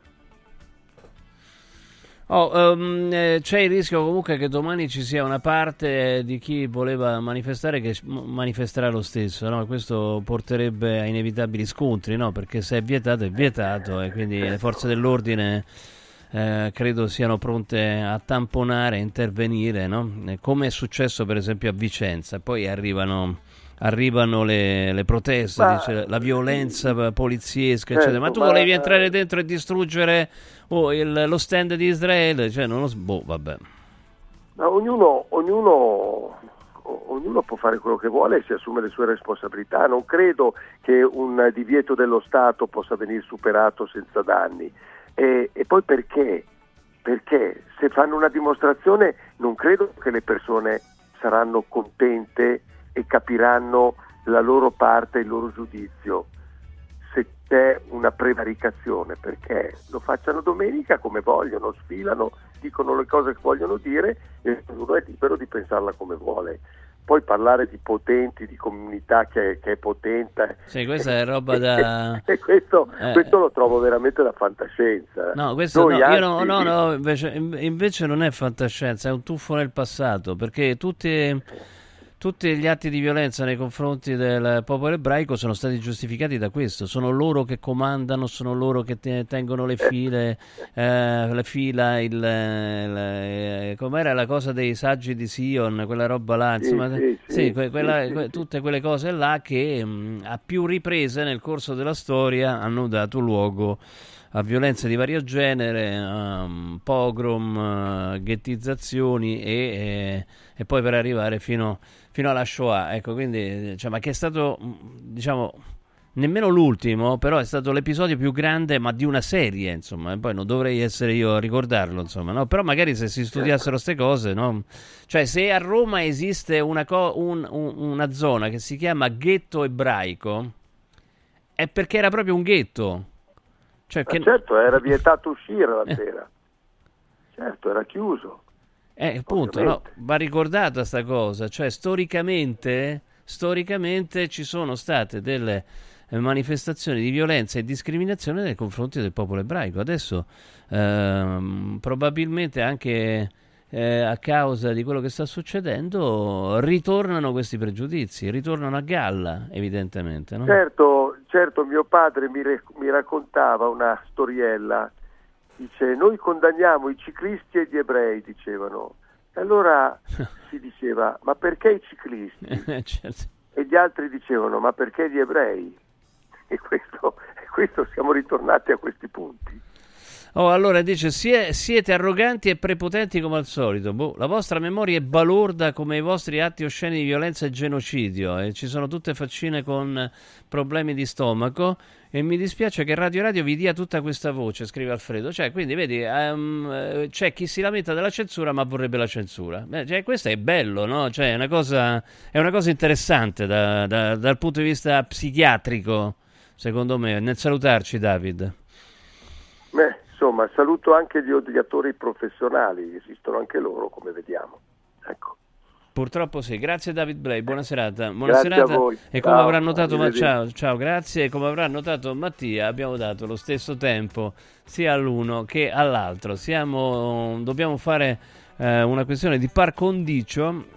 C'è il rischio comunque che domani ci sia una parte di chi voleva manifestare che manifesterà lo stesso, no? Questo porterebbe a inevitabili scontri, no? Perché se è vietato, e quindi le forze dell'ordine credo siano pronte a tamponare, a intervenire, no? Come è successo per esempio a Vicenza. Poi arrivano arrivano le proteste, dice, la violenza poliziesca, eccetera. Ma tu volevi entrare dentro e distruggere lo stand di Israele? Cioè, non lo so, vabbè. Ma ognuno può fare quello che vuole e si assume le sue responsabilità. Non credo che un divieto dello Stato possa venire superato senza danni. E poi perché? Perché se fanno una dimostrazione non credo che le persone saranno contente e capiranno la loro parte, il loro giudizio. Se c'è una prevaricazione, perché lo facciano domenica come vogliono, sfilano, dicono le cose che vogliono dire e uno è libero di pensarla come vuole. Poi parlare di potenti, di comunità che è potente. Sì, questa è roba da... questo lo trovo veramente da fantascienza. No, questo invece non è fantascienza, è un tuffo nel passato, perché tutti gli atti di violenza nei confronti del popolo ebraico sono stati giustificati da questo. Sono loro che comandano, sono loro che tengono le fila, com'era la cosa dei saggi di Sion, quella roba là, insomma, tutte quelle cose là che a più riprese nel corso della storia hanno dato luogo a violenze di vario genere, pogrom, ghettizzazioni e poi per arrivare fino alla Shoah. Ecco, quindi, ma che è stato, nemmeno l'ultimo, però è stato l'episodio più grande, ma di una serie, insomma, e poi non dovrei essere io a ricordarlo, insomma, no? Però magari se si studiassero ste cose, no? Cioè, se a Roma esiste una zona che si chiama ghetto ebraico, è perché era proprio un ghetto. Certo, era vietato uscire la sera. Certo, era chiuso. Appunto, no, va ricordata sta cosa. Cioè, storicamente ci sono state delle manifestazioni di violenza e discriminazione nei confronti del popolo ebraico. Adesso, probabilmente anche a causa di quello che sta succedendo, ritornano questi pregiudizi, ritornano a galla, evidentemente, no? Certo, mio padre mi raccontava una storiella, dice: noi condanniamo i ciclisti e gli ebrei, dicevano. E allora si diceva: ma perché i ciclisti? Certo. E gli altri dicevano: ma perché gli ebrei? E questo siamo ritornati a questi punti. Allora dice: siete arroganti e prepotenti come al solito. La vostra memoria è balorda come i vostri atti osceni di violenza e genocidio, e ci sono tutte faccine con problemi di stomaco, e mi dispiace che Radio vi dia tutta questa voce, scrive Alfredo. Cioè, quindi vedi, c'è chi si lamenta della censura ma vorrebbe la censura. Questo è bello, no? Cioè, è una cosa interessante dal punto di vista psichiatrico, secondo me. Nel salutarci, David. Insomma, saluto anche gli odiatori professionali, esistono anche loro, come vediamo. Ecco. Purtroppo sì. Grazie David Blay, buona serata. Grazie a voi. E come avrà notato ciao, grazie. E come avrà notato Mattia, abbiamo dato lo stesso tempo sia all'uno che all'altro. Dobbiamo fare una questione di par condicio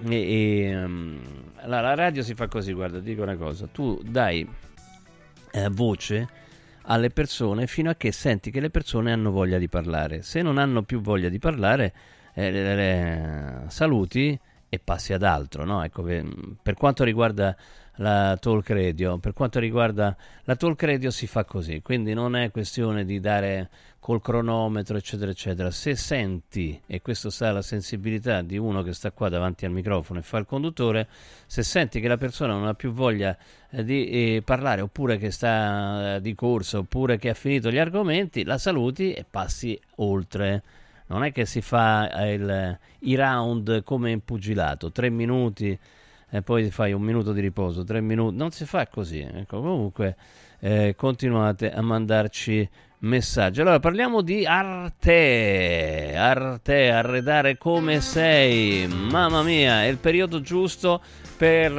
la radio si fa così, guarda, ti dico una cosa, tu dai voce alle persone fino a che senti che le persone hanno voglia di parlare. Se non hanno più voglia di parlare, saluti e passi ad altro, no? Ecco, per quanto riguarda la talk radio, si fa così, quindi non è questione di dare col cronometro eccetera eccetera. Se senti, e questo sta alla sensibilità di uno che sta qua davanti al microfono e fa il conduttore, se senti che la persona non ha più voglia di parlare, oppure che sta di corsa, oppure che ha finito gli argomenti, la saluti e passi oltre. Non è che si fa i round come in pugilato, 3 minuti e poi fai 1 minuto di riposo, 3 minuti, non si fa così. Ecco, comunque continuate a mandarci messaggi. Allora parliamo di arte, arredare come sei. Mamma mia, è il periodo giusto per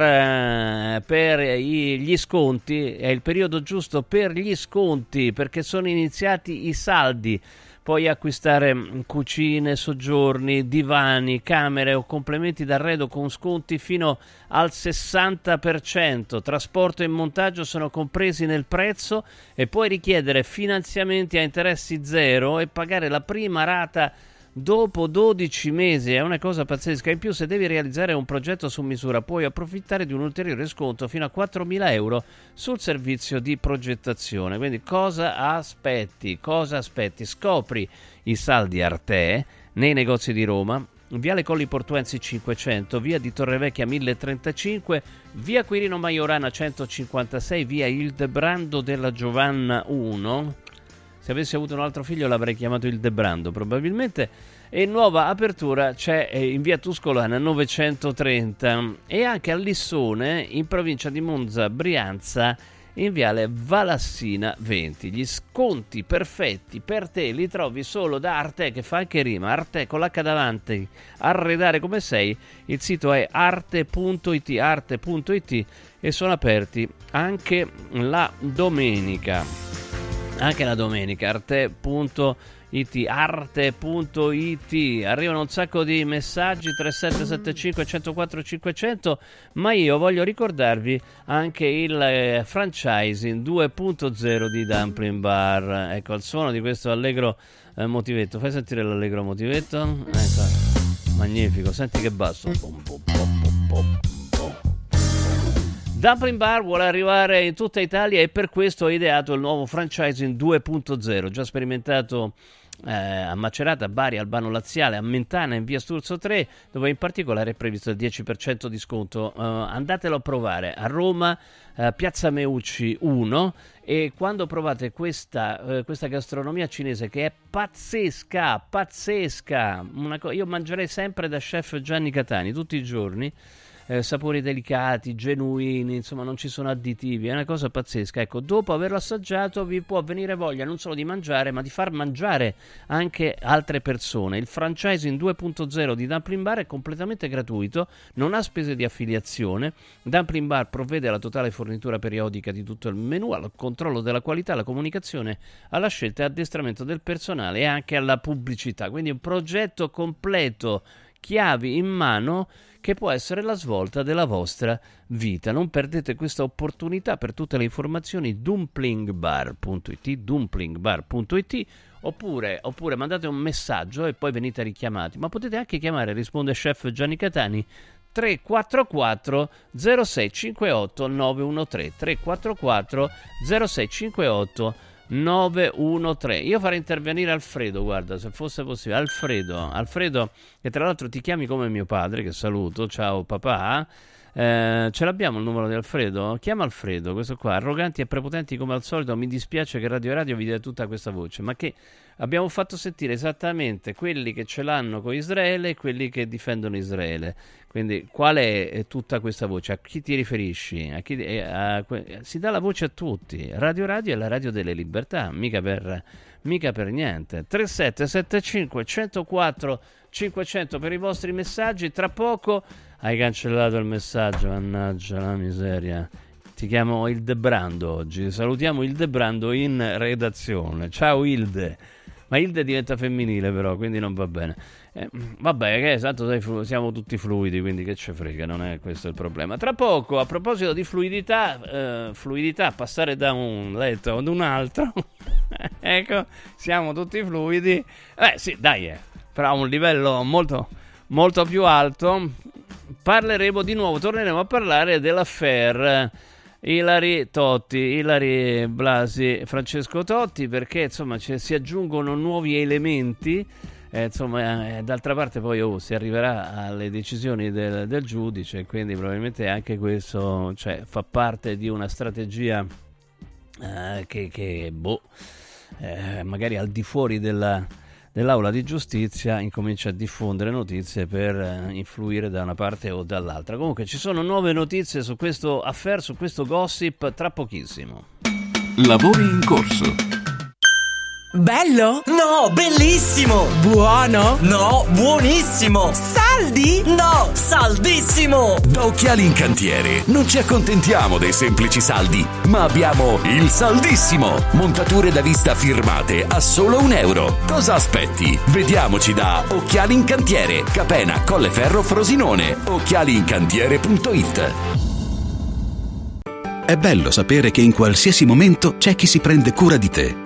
gli sconti, è il periodo giusto per gli sconti, perché sono iniziati i saldi. Puoi acquistare cucine, soggiorni, divani, camere o complementi d'arredo con sconti fino al 60%. Trasporto e montaggio sono compresi nel prezzo e puoi richiedere finanziamenti a interessi zero e pagare la prima rata dopo 12 mesi, è una cosa pazzesca. In più, se devi realizzare un progetto su misura, puoi approfittare di un ulteriore sconto fino a 4.000 euro sul servizio di progettazione. Quindi cosa aspetti? Scopri i saldi Arte nei negozi di Roma, Viale Colli Portuensi 500, via di Torrevecchia 1035, via Quirino Maiorana 156, via Ildebrando della Giovanna 1. Se avessi avuto un altro figlio l'avrei chiamato Ildebrando probabilmente. E nuova apertura c'è in via Tuscolana 930 e anche a Lissone, in provincia di Monza Brianza, in viale Valassina 20. Gli sconti perfetti per te li trovi solo da Arte, che fa anche rima, Arte con l'H davanti, arredare come sei. Il sito è arte.it e sono aperti anche la domenica, arte.it. Arrivano un sacco di messaggi 3775 104 500, ma io voglio ricordarvi anche il franchising 2.0 di Dumpling Bar. Ecco, al suono di questo allegro motivetto, fai sentire l'allegro motivetto, ecco, magnifico, senti che basso. Dumpling Bar vuole arrivare in tutta Italia e per questo ha ideato il nuovo franchising 2.0, già sperimentato a Macerata, Bari, Albano Laziale, a Mentana, in via Sturzo 3, dove in particolare è previsto il 10% di sconto. Andatelo a provare a Roma, Piazza Meucci 1, e quando provate questa gastronomia cinese che è pazzesca, io mangerei sempre da chef Gianni Catani tutti i giorni. Sapori delicati, genuini, insomma non ci sono additivi, è una cosa pazzesca. Ecco, dopo averlo assaggiato vi può venire voglia non solo di mangiare, ma di far mangiare anche altre persone. Il franchising 2.0 di Dumpling Bar è completamente gratuito, non ha spese di affiliazione. Dumpling Bar provvede alla totale fornitura periodica di tutto il menù, al controllo della qualità, alla comunicazione, alla scelta e addestramento del personale e anche alla pubblicità. Quindi un progetto completo, chiavi in mano, che può essere la svolta della vostra vita. Non perdete questa opportunità. Per tutte le informazioni dumplingbar.it oppure mandate un messaggio e poi venite richiamati, ma potete anche chiamare, risponde chef Gianni Catani, 344 0658 913 344 0658 913. Io farei intervenire Alfredo, guarda, se fosse possibile. Alfredo, che tra l'altro ti chiami come mio padre, che saluto, ciao papà. Ce l'abbiamo il numero di Alfredo? Chiama Alfredo, questo qua, arroganti e prepotenti come al solito. Mi dispiace che Radio vi dia tutta questa voce, ma che abbiamo fatto sentire esattamente quelli che ce l'hanno con Israele e quelli che difendono Israele. Quindi qual è tutta questa voce? A chi ti riferisci? Si dà la voce a tutti. Radio è la radio delle libertà, mica per niente. 3775 104 500 per i vostri messaggi. Tra poco hai cancellato il messaggio, mannaggia la miseria. Ti chiamo Ildebrando oggi. Salutiamo Ildebrando in redazione. Ciao Ilde. Ma Ilde diventa femminile però, quindi non va bene. Vabbè, che tanto siamo tutti fluidi, quindi che ce frega, non è questo il problema. Tra poco, a proposito di fluidità, passare da un letto ad un altro. Ecco, siamo tutti fluidi. Sì, dai, però a un livello molto, molto più alto. Torneremo a parlare dell'affair Ilary Blasi, Francesco Totti, perché insomma si aggiungono nuovi elementi. D'altra parte poi si arriverà alle decisioni del giudice, quindi probabilmente anche questo fa parte di una strategia che magari al di fuori dell'aula di giustizia incomincia a diffondere notizie per influire da una parte o dall'altra. Comunque ci sono nuove notizie su questo affair, su questo gossip, tra pochissimo. Lavori in corso. Bello? No, bellissimo! Buono? No, buonissimo! Saldi? No, saldissimo! Da Occhiali in Cantiere non ci accontentiamo dei semplici saldi, ma abbiamo il saldissimo! Montature da vista firmate a solo €1. Cosa aspetti? Vediamoci da Occhiali in Cantiere, Capena, Colleferro, Frosinone. occhialiincantiere.it. È bello sapere che in qualsiasi momento c'è chi si prende cura di te.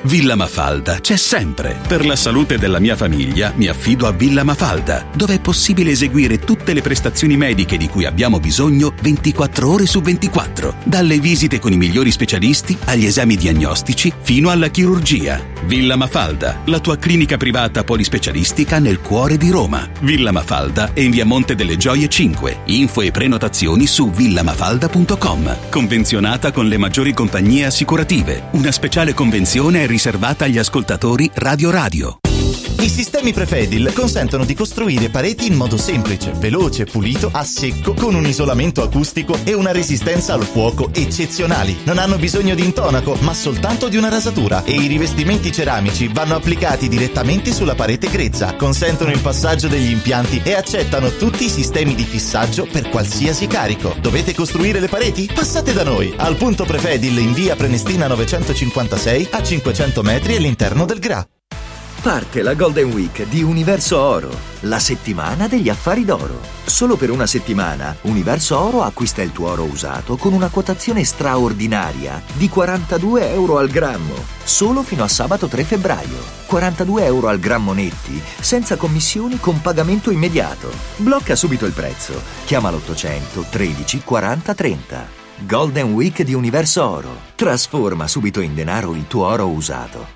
Villa Mafalda c'è sempre. Per la salute della mia famiglia mi affido a Villa Mafalda, dove è possibile eseguire tutte le prestazioni mediche di cui abbiamo bisogno 24 ore su 24. Dalle visite con i migliori specialisti agli esami diagnostici fino alla chirurgia. Villa Mafalda, la tua clinica privata polispecialistica nel cuore di Roma. Villa Mafalda è in via Monte delle Gioie 5. Info e prenotazioni su villamafalda.com. Convenzionata con le maggiori compagnie assicurative. Una speciale convenzione è riservata agli ascoltatori Radio. I sistemi Prefedil consentono di costruire pareti in modo semplice, veloce, pulito, a secco, con un isolamento acustico e una resistenza al fuoco eccezionali. Non hanno bisogno di intonaco, ma soltanto di una rasatura, e i rivestimenti ceramici vanno applicati direttamente sulla parete grezza, consentono il passaggio degli impianti e accettano tutti i sistemi di fissaggio per qualsiasi carico. Dovete costruire le pareti? Passate da noi, al punto Prefedil in via Prenestina 956 a 500 metri all'interno del GRA. Parte la Golden Week di Universo Oro, la settimana degli affari d'oro. Solo per una settimana Universo Oro acquista il tuo oro usato con una quotazione straordinaria di 42 euro al grammo, solo fino a sabato 3 febbraio. 42 euro al grammo netti, senza commissioni, con pagamento immediato. Blocca subito il prezzo. Chiama l'800 13 40 30. Golden Week di Universo Oro. Trasforma subito in denaro il tuo oro usato.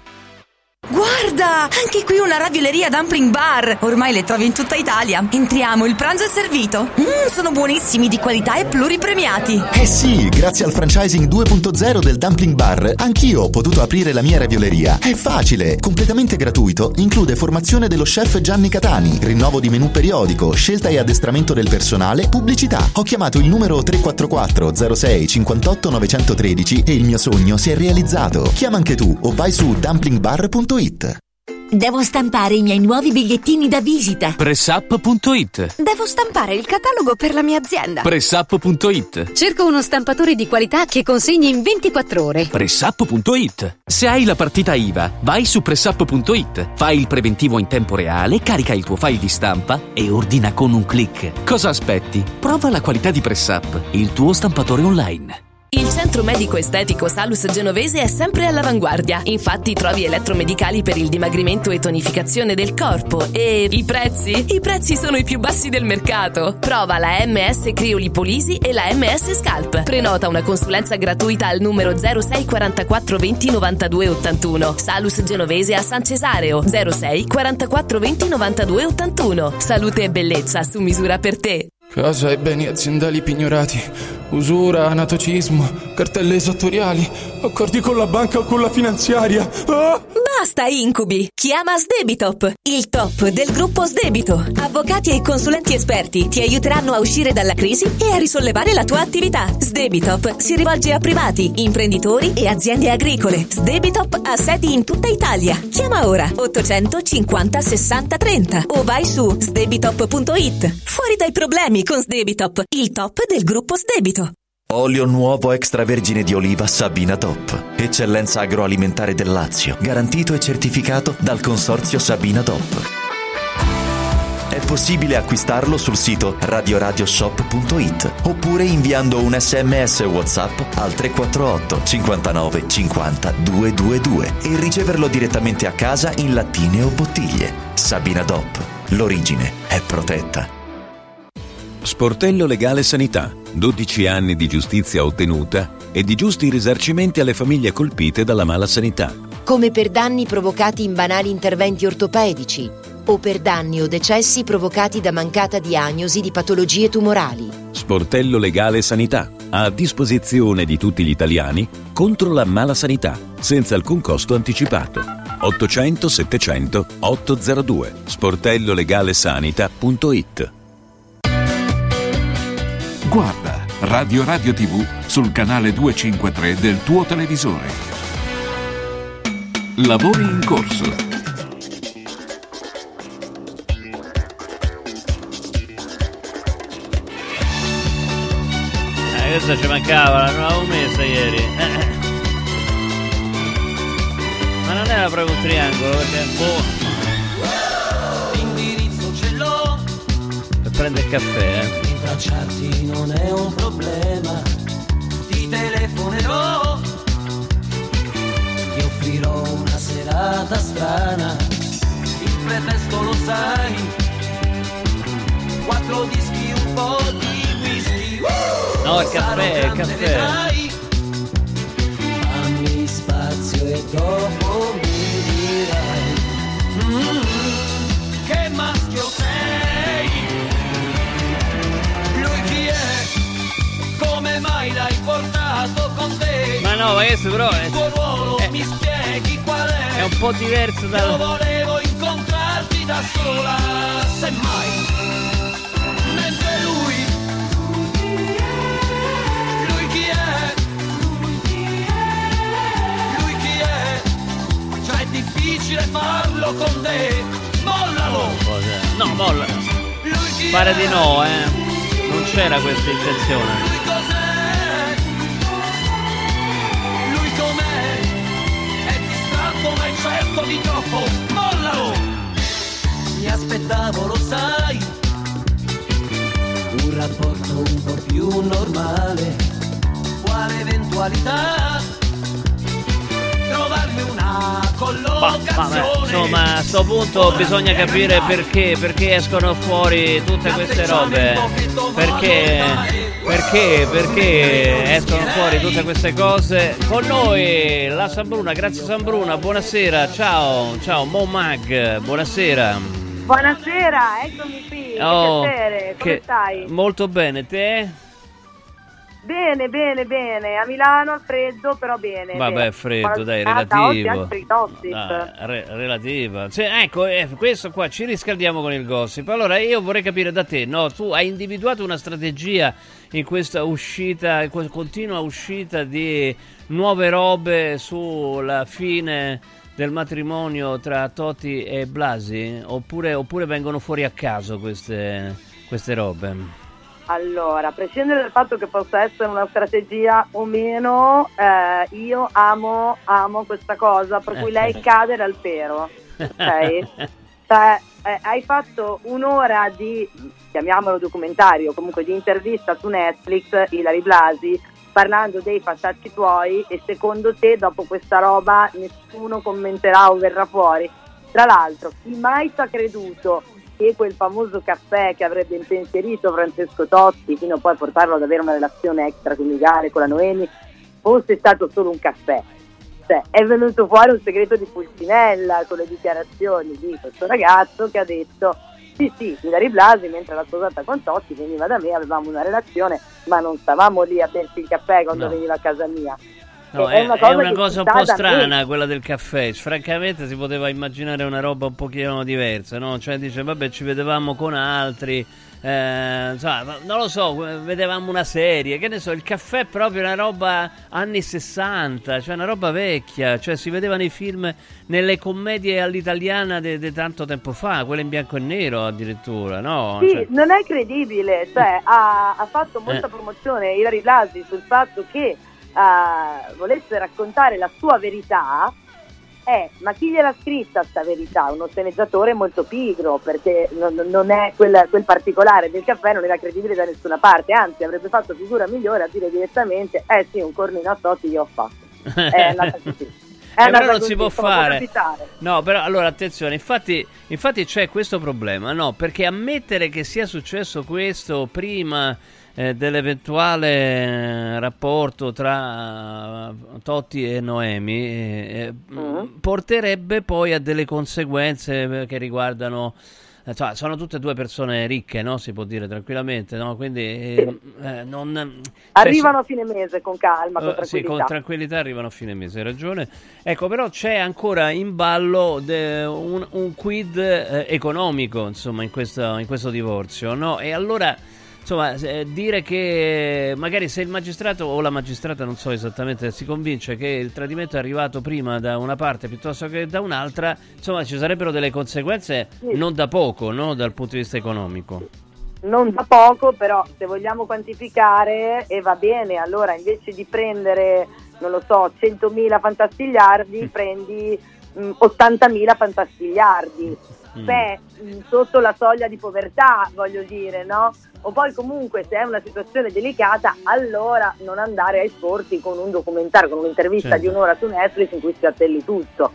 Guarda, anche qui una ravioleria dumpling bar. Ormai le trovi in tutta Italia. Entriamo, il pranzo è servito. Sono buonissimi, di qualità e pluripremiati. Eh sì, grazie al franchising 2.0 del dumpling bar, anch'io ho potuto aprire la mia ravioleria. È facile, completamente gratuito, include formazione dello chef Gianni Catani, rinnovo di menù periodico, scelta e addestramento del personale, pubblicità. Ho chiamato il numero 344 06 58 913 e il mio sogno si è realizzato. Chiama anche tu o vai su dumplingbar.it. Devo stampare i miei nuovi bigliettini da visita. Pressup.it. Devo stampare il catalogo per la mia azienda. Pressup.it. Cerco uno stampatore di qualità che consegni in 24 ore. Pressup.it. Se hai la partita IVA, vai su Pressup.it. Fai il preventivo in tempo reale, carica il tuo file di stampa e ordina con un click. Cosa aspetti? Prova la qualità di Pressup, il tuo stampatore online. Il centro medico estetico Salus Genovese è sempre all'avanguardia. Infatti trovi elettromedicali per il dimagrimento e tonificazione del corpo. E i prezzi? I prezzi sono i più bassi del mercato. Prova la MS Criolipolisi e la MS Scalp. Prenota una consulenza gratuita al numero 06 44 20 92 81. Salus Genovese a San Cesareo 06 44 20 92 81. Salute e bellezza su misura per te. Casa e beni aziendali pignorati, usura, anatocismo, cartelle esattoriali, accordi con la banca o con la finanziaria. Ah! Basta incubi! Chiama Sdebitop, il top del gruppo Sdebito. Avvocati e consulenti esperti ti aiuteranno a uscire dalla crisi e a risollevare la tua attività. Sdebitop si rivolge a privati, imprenditori e aziende agricole. Sdebitop ha sedi in tutta Italia. Chiama ora 850 60 30 o vai su sdebitop.it. Fuori dai problemi con Sdebitop, il top del gruppo Sdebito. Olio nuovo extravergine di oliva Sabina Top. Eccellenza agroalimentare del Lazio. Garantito e certificato dal consorzio Sabina Top. È possibile acquistarlo sul sito radioradioshop.it oppure inviando un SMS WhatsApp al 348 59 50 222 e riceverlo direttamente a casa in lattine o bottiglie. Sabina Top. L'origine è protetta. Sportello Legale Sanità. 12 anni di giustizia ottenuta e di giusti risarcimenti alle famiglie colpite dalla mala sanità. Come per danni provocati in banali interventi ortopedici o per danni o decessi provocati da mancata diagnosi di patologie tumorali. Sportello Legale Sanità. A disposizione di tutti gli italiani contro la mala sanità, senza alcun costo anticipato. 800 700 802. sportellolegalesanita.it. Guarda Radio TV sul canale 253 del tuo televisore. Lavori in corso. Questa ci mancava, non l'avevo messa ieri. Ma non era proprio un triangolo, perché è buono. L'indirizzo ce l'ho. Per prendere il caffè, Rintracciarti non è un problema. Ti telefonerò. Ti offrirò una giornata strana, il pretesto lo sai, 4 dischi, un po' di whisky. No, il caffè. Fammi spazio e dopo mi dirai che maschio sei. Lui chi è? Come mai l'hai portato con te? Ma no, questo però il tuo ruolo mi spieghi qual è? È un po' diverso dal... Io volevo incontrarti da sola, semmai. Mentre lui chi è? Lui chi è? Cioè è difficile farlo con te. Mollalo! No, molla. Pare di no, non c'era questa intenzione. Lui cos'è? Lui com'è? È distratto ma è certo di troppo. Mollalo! Mi aspettavo, lo sai, un rapporto un po' più normale. Quale eventualità? Trovarmi una collocazione. Insomma, a sto punto bisogna capire perché escono fuori tutte queste robe. Perché escono fuori tutte queste cose. Con noi la Sambruna, grazie Sambruna, buonasera, ciao Momag, buonasera. Buonasera, eccomi qui, che piacere, come stai? Molto bene, te? Bene, a Milano al freddo, però bene. Vabbè, freddo, dai, relativo. Relativa. Cioè, ecco, questo qua, ci riscaldiamo con il gossip. Allora, io vorrei capire da te, no? Tu hai individuato una strategia in questa uscita, in questa continua uscita di nuove robe sulla fine del matrimonio tra Totti e Blasi? Oppure vengono fuori a caso queste robe? Allora, a prescindere dal fatto che possa essere una strategia o meno, io amo questa cosa, per cui lei cade dal pero, ok? Cioè, hai fatto un'ora di, chiamiamolo documentario, comunque di intervista su Netflix, Ilary Blasi, parlando dei fattacci tuoi, e secondo te dopo questa roba nessuno commenterà o verrà fuori? Tra l'altro, chi mai ci ha creduto che quel famoso caffè che avrebbe impensierito Francesco Totti fino a poi portarlo ad avere una relazione extraconiugale con la Noemi fosse stato solo un caffè? Cioè, è venuto fuori un segreto di Pulcinella con le dichiarazioni di questo ragazzo che ha detto sì, Ilary Blasi mentre era sposata con Totti veniva da me, avevamo una relazione, ma non stavamo lì a bersi il caffè quando veniva a casa mia. No, è una cosa un po' strana quella del caffè. Francamente si poteva immaginare una roba un pochino diversa, no? Cioè dice vabbè, ci vedevamo con altri, non lo so, vedevamo una serie, che ne so, il caffè è proprio una roba anni 60, cioè una roba vecchia, cioè si vedeva nei film, nelle commedie all'italiana di tanto tempo fa, quelle in bianco e nero addirittura, no? Sì, cioè... non è credibile, cioè ha fatto molta promozione Ilary Blasi sul fatto che volesse raccontare la sua verità, ma chi gliel'ha scritta sta verità? Uno sceneggiatore molto pigro, perché non è quel particolare del caffè non era credibile da nessuna parte, anzi avrebbe fatto figura migliore a dire direttamente sì, un cornino a Totti io ho fatto. È andata così. Però non si può fare. No, però allora attenzione, infatti c'è questo problema, no? Perché ammettere che sia successo questo prima dell'eventuale rapporto tra Totti e Noemi porterebbe poi a delle conseguenze che riguardano, cioè, sono tutte e due persone ricche, no? Si può dire tranquillamente, no? Quindi arrivano a fine mese con calma, con tranquillità. Sì, con tranquillità arrivano a fine mese, hai ragione. Ecco, però c'è ancora in ballo un quid economico, insomma, in questo divorzio, no? E allora, insomma, dire che magari se il magistrato o la magistrata, non so esattamente, si convince che il tradimento è arrivato prima da una parte piuttosto che da un'altra, insomma ci sarebbero delle conseguenze non da poco, no? Dal punto di vista economico. Non da poco, però se vogliamo quantificare, e va bene, allora invece di prendere, non lo so, 100.000 fantastigliardi, prendi 80.000 fantastigliardi. Sotto la soglia di povertà, voglio dire, no? O poi comunque se è una situazione delicata, allora non andare a esporti con un documentario, con un'intervista di un'ora su Netflix in cui si attelli tutto.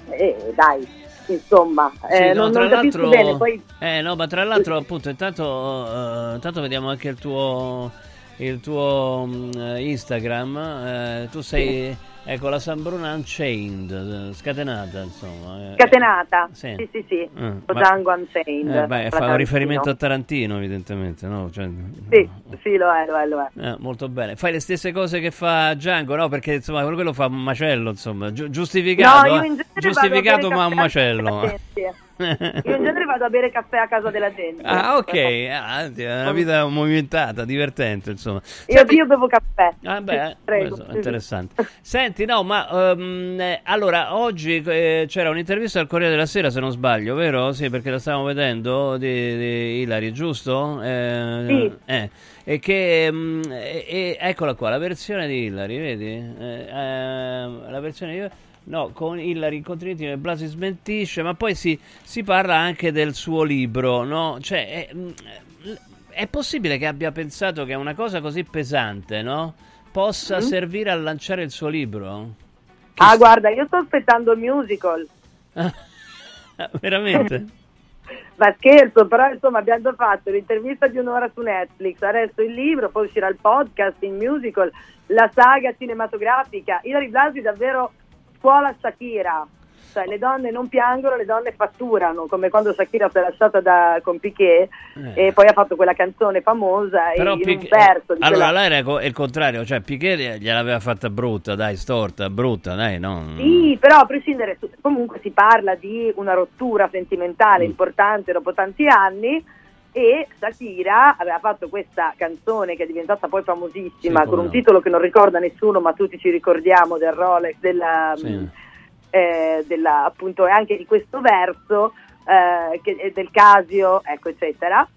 dai, insomma, Sì, non tra capisco l'altro, bene. Poi no, ma tra l'altro, appunto, intanto vediamo anche il tuo Instagram. Tu sei, ecco, la San Bruno Unchained, scatenata, insomma. Scatenata, sì. sì. Ma- Django Unchained. fa un Tarantino. riferimento a Tarantino, evidentemente, no? Cioè, Sì, lo è. molto bene. Fai le stesse cose che fa Django, no? Perché insomma quello fa un macello, insomma, giustificato, No, io in genere giustificato, vado a ma bere un caffè macello. alla gente. Io in genere vado a bere caffè a casa della gente. Ah, ok, è una vita movimentata, divertente, insomma. Io bevo caffè. Ah, beh, Sì, prego. questo è interessante. Senti, no, ma allora, oggi c'era un'intervista al Corriere della Sera, se non sbaglio, vero? Sì, perché la stavamo vedendo, di Ilari, giusto? Sì. E che, eccola qua, la versione di Ilari, vedi? La versione di No, con Ilari incontri intimi, Blasi smentisce, ma poi si parla anche del suo libro, no? Cioè, è possibile che abbia pensato che una cosa così pesante, no? Possa servire a lanciare il suo libro? Guarda, io sto aspettando il musical. Veramente? Ma scherzo, però insomma abbiamo già fatto l'intervista di un'ora su Netflix, adesso il libro, poi uscirà il podcast, il musical, la saga cinematografica. Ilari Blasi davvero scuola Shakira, cioè le donne non piangono, le donne fatturano, come quando Shakira si è lasciata con Piqué e poi ha fatto quella canzone famosa. Però in un verso di allora quella... lei era il contrario, cioè Piqué gliel'aveva fatta brutta, dai, storta, brutta, dai, no? Sì, però a prescindere, comunque si parla di una rottura sentimentale importante dopo tanti anni, e Shakira aveva fatto questa canzone che è diventata poi famosissima, con un titolo che non ricorda nessuno, ma tutti ci ricordiamo, del Rolex, appunto, e anche di questo verso, del Casio, ecco, eccetera,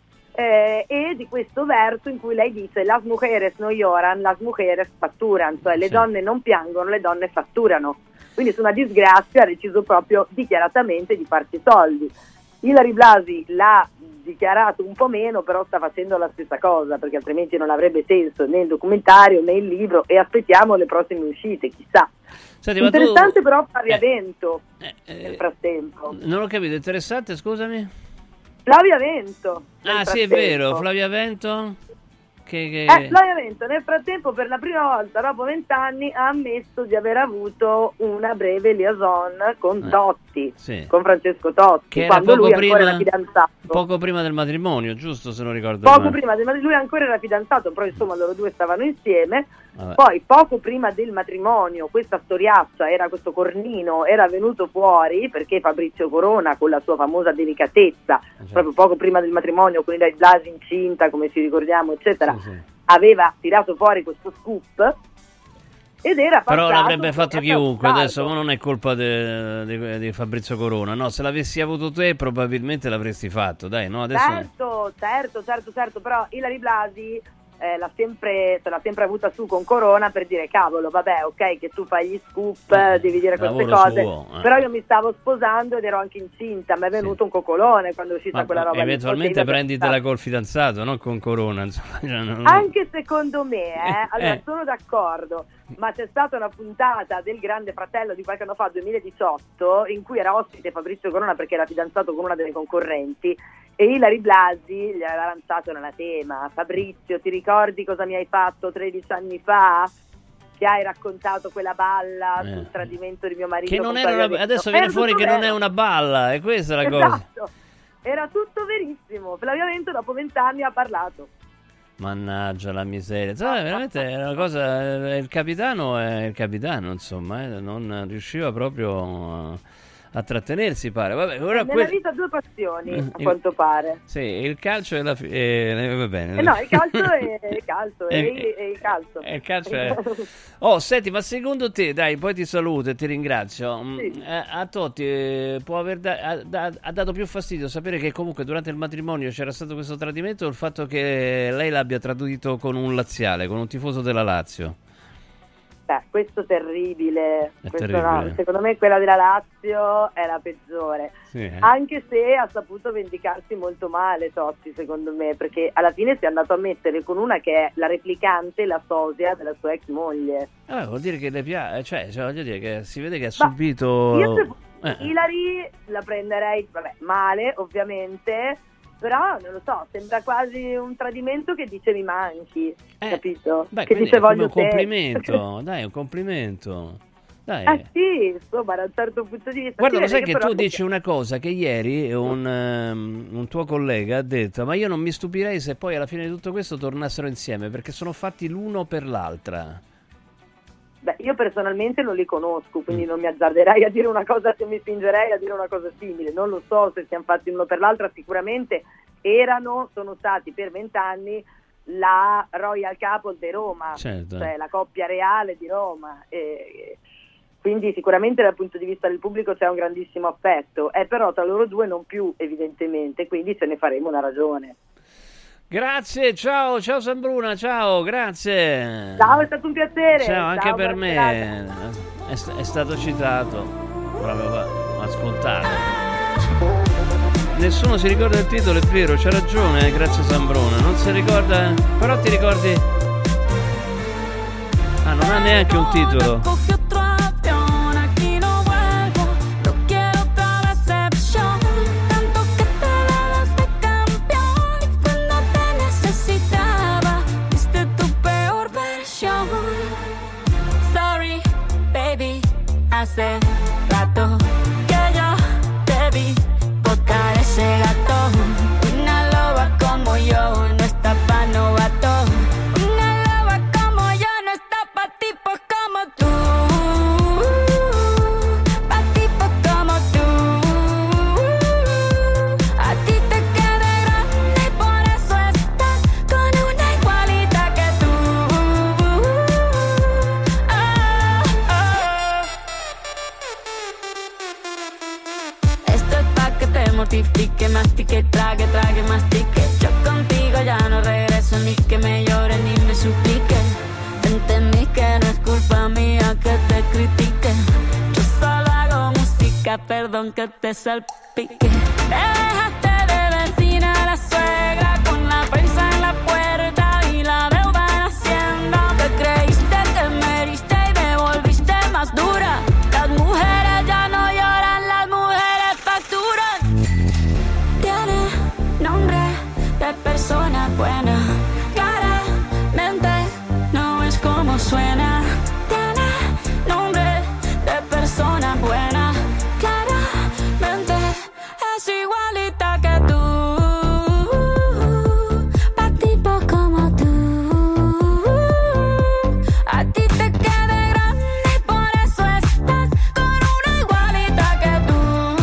e di questo verso in cui lei dice: las mujeres no lloran, las mujeres facturan, cioè le donne non piangono, le donne fatturano. Quindi su una disgrazia ha deciso proprio dichiaratamente di farci soldi. Ilari Blasi l'ha dichiarato un po' meno, però sta facendo la stessa cosa, perché altrimenti non avrebbe senso né il documentario né il libro, e aspettiamo le prossime uscite, chissà. Senti, interessante però Flavia Vento nel frattempo. Non ho capito, interessante, scusami? Flavia Vento. Sì, è vero, Flavia Vento. Flavia Vento nel frattempo, per la prima volta dopo 20 anni, ha ammesso di aver avuto una breve liaison con Totti, con Francesco Totti, che quando lui ancora era fidanzato. Poco prima del matrimonio, giusto, se non ricordo Poco male. prima del matrimonio, lui ancora era fidanzato, però insomma loro due stavano insieme. Poi poco prima del matrimonio questa storiaccia, questo cornino era venuto fuori perché Fabrizio Corona, con la sua famosa delicatezza, proprio poco prima del matrimonio, con Ilari Blasi incinta, come ci ricordiamo, eccetera, aveva tirato fuori questo scoop, ed era passato. Però l'avrebbe fatto chiunque, adesso ma non è colpa di Fabrizio Corona, no? Se l'avessi avuto te probabilmente l'avresti fatto, dai, no? Adesso... Certo, però Ilari Blasi se l'ha sempre avuta su con Corona, per dire: cavolo, vabbè, ok che tu fai gli scoop, devi dire queste cose, però io mi stavo sposando ed ero anche incinta, mi è venuto un coccolone quando è uscita quella roba. Eventualmente prenditela col fidanzato, non con Corona, insomma. Anche secondo me, allora sono d'accordo, ma c'è stata una puntata del Grande Fratello di qualche anno fa, 2018, in cui era ospite Fabrizio Corona perché era fidanzato con una delle concorrenti, e Ilari Blasi gli aveva lanciato l'anatema: Fabrizio, ti ricordi cosa mi hai fatto 13 anni fa? Ti hai raccontato quella balla sul tradimento di mio marito. Che non era adesso viene fuori che non è una balla, e questa è la cosa. Era tutto verissimo. Flavia Vento dopo 20 anni ha parlato. Mannaggia la miseria, veramente è una cosa. Il capitano è il capitano, insomma, non riusciva proprio a trattenersi, pare. Vabbè, ora nella vita due passioni, a quanto pare. Sì, il calcio e va bene. No, il calcio è il calcio, il calcio. Il calcio è... Oh, senti, ma secondo te, dai, poi ti saluto e ti ringrazio. Sì. A Totti può aver ha dato più fastidio sapere che comunque durante il matrimonio c'era stato questo tradimento, o il fatto che lei l'abbia tradito con un laziale, con un tifoso della Lazio? Questo terribile. No, secondo me quella della Lazio è la peggiore, anche se ha saputo vendicarsi molto male Totti, secondo me, perché alla fine si è andato a mettere con una che è la replicante, la sosia della sua ex moglie. Vuol dire che le piace, cioè voglio dire che si vede che ha subito... Ilari la prenderei, vabbè, male ovviamente, però non lo so, sembra quasi un tradimento che dice mi manchi, capito? Beh, che dice voglio un complimento, dai, un complimento. Dai. Sì, insomma, da un certo punto di vista. Guarda, lo sai che tu dici una cosa che ieri un tuo collega ha detto, ma io non mi stupirei se poi alla fine di tutto questo tornassero insieme, perché sono fatti l'uno per l'altra. Beh, io personalmente non li conosco, quindi non mi azzarderei a dire una cosa, se mi spingerei a dire una cosa simile. Non lo so se siamo fatti l'uno per l'altra, sicuramente sono stati per 20 anni la Royal Couple di Roma, certo. Cioè la coppia reale di Roma. Quindi sicuramente dal punto di vista del pubblico c'è un grandissimo affetto, però tra loro due non più evidentemente, quindi ce ne faremo una ragione. Grazie, ciao San Bruna, ciao, grazie. Ciao, è stato un piacere. Ciao, anche per me, è stato citato, proprio ascoltato. Nessuno si ricorda il titolo, è vero, c'ha ragione, grazie San Bruna, non si ricorda, però ti ricordi? Non ha neanche un titolo. Hace rato que yo te vi botar ese gato. Una loba como yo no está pa' novato. Una loba como yo no está pa' tipos como tú. Pa' tipos como tú. A ti te queda grande y por eso estás con una igualita que tú. Mortifique, mastique, trague, mastique. Yo contigo ya no regreso, ni que me llore ni me suplique. Entendí que no es culpa mía que te critique. Yo solo hago música, perdón que te salpique. Te dejaste de vecina a la suegra con la prensa en la puerta y la deuda en Hacienda. Te creíste que me heriste y me volviste más dura. Las mujeres ya no lloran, las mujeres facturan. Nombre de persona buena, claramente no es como suena. Tiene nombre de persona buena, claramente es igualita que tú. Pa' tipos como tú, a ti te queda grande y por eso estás con una igualita que tú.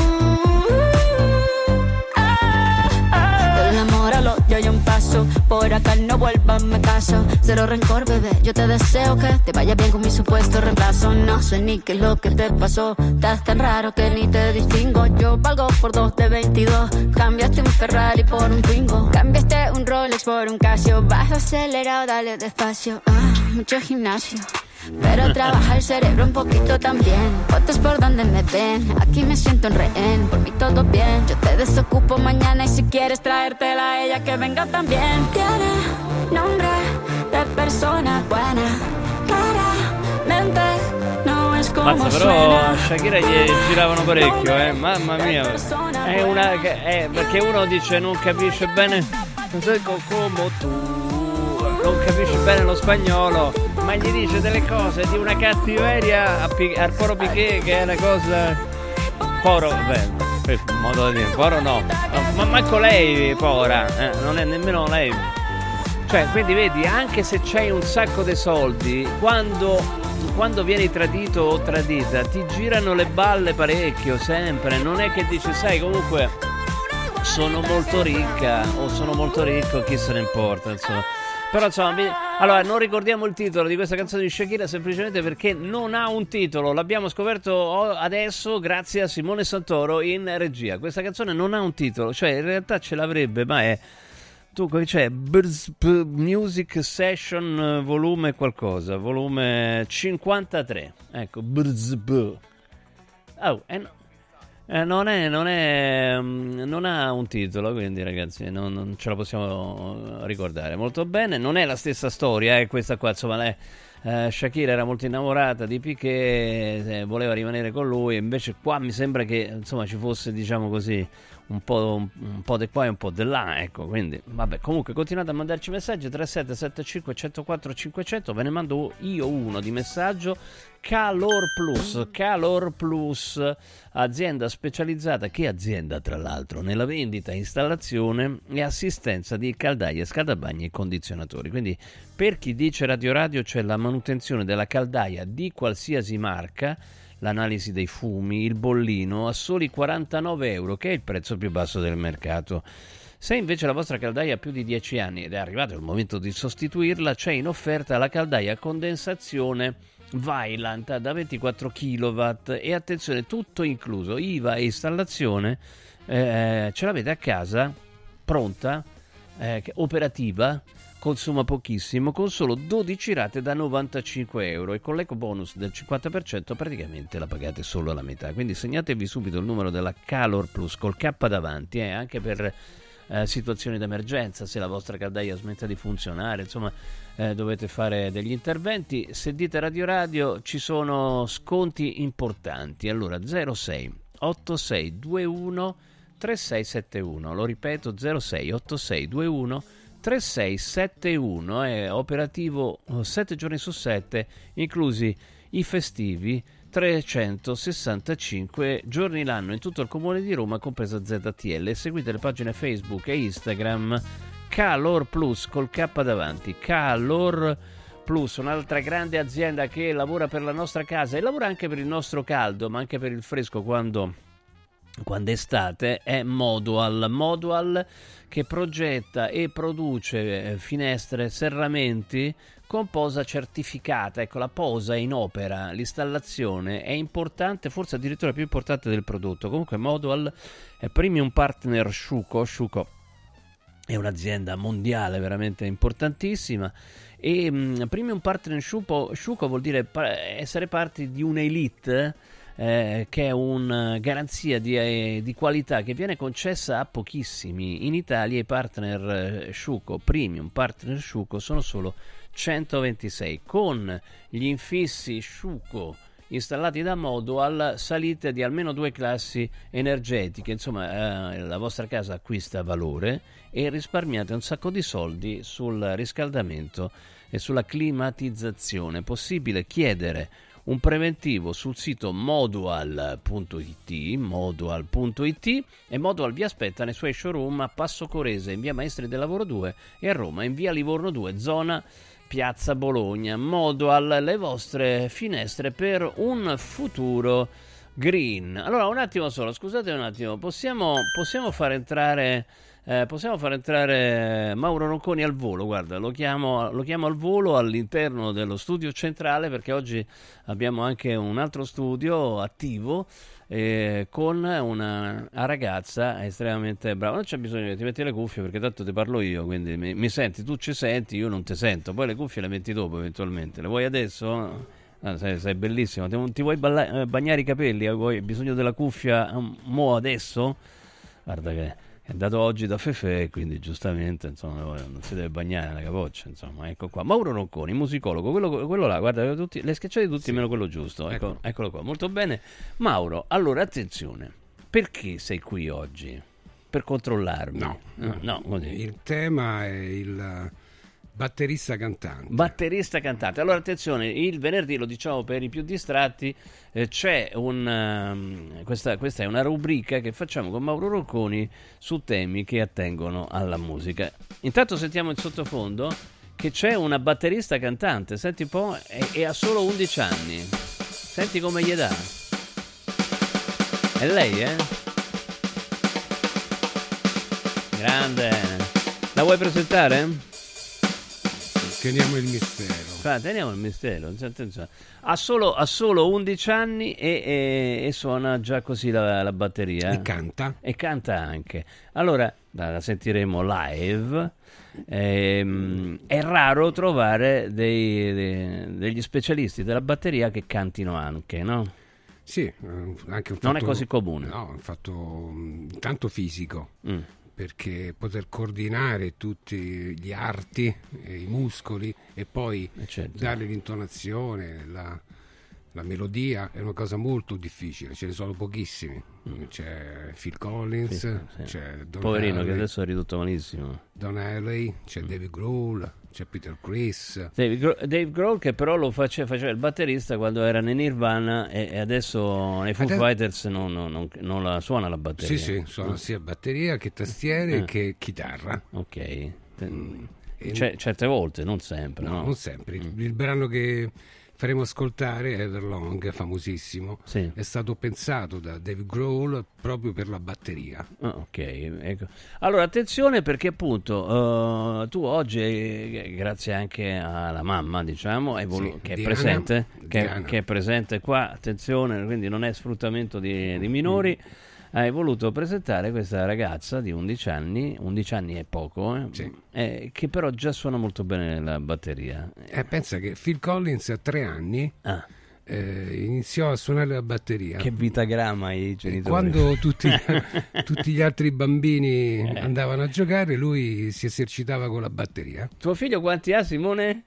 Del amor al odio hay un paso, por acá no vuelvas, me caso. Cero rencor, bebé, yo te deseo que te vaya bien con mi supuesto reemplazo. No sé ni qué es lo que te pasó, estás tan raro que ni te distingo. Yo valgo por 2 de 22, cambiaste un Ferrari por un Twingo. Cambiaste un Rolex por un Casio, vas acelerado, dale despacio. Mucho gimnasio, pero trabaja el cerebro un poquito también. Fotos por donde me ven, aquí me siento en rehén. Por mí todo bien, yo te desocupo mañana. Y si quieres traértela a ella, que venga también. Tiene nombre de persona buena, claramente no es como Mazza, però suena. a Shakira gli giravano parecchio, mamma mia. È una perché uno dice non capisce bene come tu, non capisce bene lo spagnolo, ma gli dice delle cose di una cattiveria al Poro Piqué, che è una cosa Poro, beh, modo di dire, Poro no, ma manco lei povera, non è nemmeno lei. Cioè, quindi vedi, anche se c'hai un sacco di soldi, quando vieni tradito o tradita, ti girano le balle parecchio, sempre. Non è che dici, sai, comunque sono molto ricca o sono molto ricco, chi se ne importa, insomma. Però insomma, allora non ricordiamo il titolo di questa canzone di Shakira semplicemente perché non ha un titolo. L'abbiamo scoperto adesso grazie a Simone Santoro in regia. Questa canzone non ha un titolo, cioè in realtà ce l'avrebbe, ma è c'è Music Session volume qualcosa, volume 53. Ecco, non ha un titolo, quindi ragazzi non ce la possiamo ricordare molto bene. Non è la stessa storia, questa qua, insomma, Shakira era molto innamorata di Piqué, voleva rimanere con lui, invece qua mi sembra che insomma ci fosse, diciamo così, un po' di qua e un po' di là, ecco. Quindi vabbè, comunque continuate a mandarci messaggi 3775 104 500. Ve ne mando io uno di messaggio. Calor Plus, azienda specializzata, che azienda tra l'altro, nella vendita, installazione e assistenza di caldaie, scaldabagni e condizionatori. Quindi per chi dice Radio c'è la manutenzione della caldaia di qualsiasi marca, l'analisi dei fumi, il bollino a soli 49 euro, che è il prezzo più basso del mercato. Se invece la vostra caldaia ha più di 10 anni ed è arrivato il momento di sostituirla, c'è in offerta la caldaia a condensazione Vaillant da 24 kW e attenzione, tutto incluso, IVA e installazione, ce l'avete a casa pronta, operativa, consuma pochissimo, con solo 12 rate da 95 euro e con l'eco bonus del 50% praticamente la pagate solo alla metà. Quindi segnatevi subito il numero della Calor Plus col K davanti, anche per situazioni d'emergenza, se la vostra caldaia smette di funzionare, insomma dovete fare degli interventi. Se dite Radio ci sono sconti importanti. Allora 06 8621 3671, lo ripeto, 06 8621 3671, è operativo 7 giorni su 7, inclusi i festivi, 365 giorni l'anno in tutto il comune di Roma, compresa ZTL. Seguite le pagine Facebook e Instagram Calor Plus col K davanti. Calor Plus, un'altra grande azienda che lavora per la nostra casa e lavora anche per il nostro caldo, ma anche per il fresco quando è estate, è Modual, che progetta e produce finestre, serramenti con posa certificata. Ecco, la posa è in opera, l'installazione è importante, forse addirittura più importante del prodotto. Comunque Modual è premium partner Sciuco è un'azienda mondiale veramente importantissima, e premium partner Sciuco vuol dire essere parte di un'elite, che è una garanzia di qualità che viene concessa a pochissimi. In Italia i partner Sciuco, premium partner Sciuco, sono solo 126. Con gli infissi Sciuco installati da Modual salite di almeno 2 classi energetiche, insomma la vostra casa acquista valore e risparmiate un sacco di soldi sul riscaldamento e sulla climatizzazione. È possibile chiedere un preventivo sul sito modual.it, e Modual vi aspetta nei suoi showroom a Passo Corese in via Maestri del Lavoro 2 e a Roma in via Livorno 2, zona Piazza Bologna. Modual, le vostre finestre per un futuro green. Allora un attimo solo, scusate un attimo, possiamo far entrare Mauro Ronconi al volo? Guarda, lo chiamo al volo all'interno dello studio centrale, perché oggi abbiamo anche un altro studio attivo con una ragazza estremamente brava. Non c'è bisogno che ti metti le cuffie, perché tanto ti parlo io, quindi mi senti, tu ci senti, io non ti sento. Poi le cuffie le metti dopo eventualmente. Le vuoi adesso? Sei bellissimo. Ti vuoi bagnare i capelli? Hai bisogno della cuffia mo adesso? Guarda che è andato oggi da Fefe, quindi giustamente insomma non si deve bagnare la capoccia, insomma. Ecco qua Mauro Ronconi, musicologo, quello là, guarda, le scricce di tutti meno quello giusto. Eccolo qua, molto bene Mauro. Allora attenzione, perché sei qui oggi? Per controllarmi? No, così. Il tema è il batterista cantante. Allora attenzione, il venerdì, lo diciamo per i più distratti, c'è questa è una rubrica che facciamo con Mauro Ronconi su temi che attengono alla musica. Intanto sentiamo in sottofondo che c'è una batterista cantante, senti un po', e ha solo 11 anni. Senti come gli dà. È lei, grande. La vuoi presentare? Teniamo il mistero. Teniamo il mistero. Attenzione. Ha solo 11 anni e suona già così la batteria. E canta. E canta anche. Allora, la sentiremo live. È raro trovare degli specialisti della batteria che cantino anche, no? Sì, anche un fatto, non è così comune. No, è un fatto tanto fisico. perché poter coordinare tutti gli arti, i muscoli e poi dare l'intonazione, la melodia è una cosa molto difficile, ce ne sono pochissimi. C'è Phil Collins, c'è Don poverino Henley, che adesso è ridotto malissimo. Don Henley, c'è David Grohl, c'è Peter Criss. Dave Grohl che però lo faceva il batterista quando era nei Nirvana e adesso nei Foo Fighters non la suona la batteria. Sì, suona sia batteria che tastiere che chitarra. Ok. Certe volte, non sempre. No, non sempre. Il brano che faremo ascoltare, Everlong, famosissimo, è stato pensato da Dave Grohl proprio per la batteria. Ok, ecco. Allora attenzione, perché appunto tu oggi, grazie anche alla mamma, diciamo, che è presente, che è presente qua, attenzione, quindi non è sfruttamento di minori. Hai voluto presentare questa ragazza di 11 anni è poco, che però già suona molto bene la batteria. Pensa che Phil Collins a 3 anni iniziò a suonare la batteria. Che vitagramma i genitori. Quando tutti gli altri bambini andavano a giocare, lui si esercitava con la batteria. Tuo figlio quanti ha, Simone?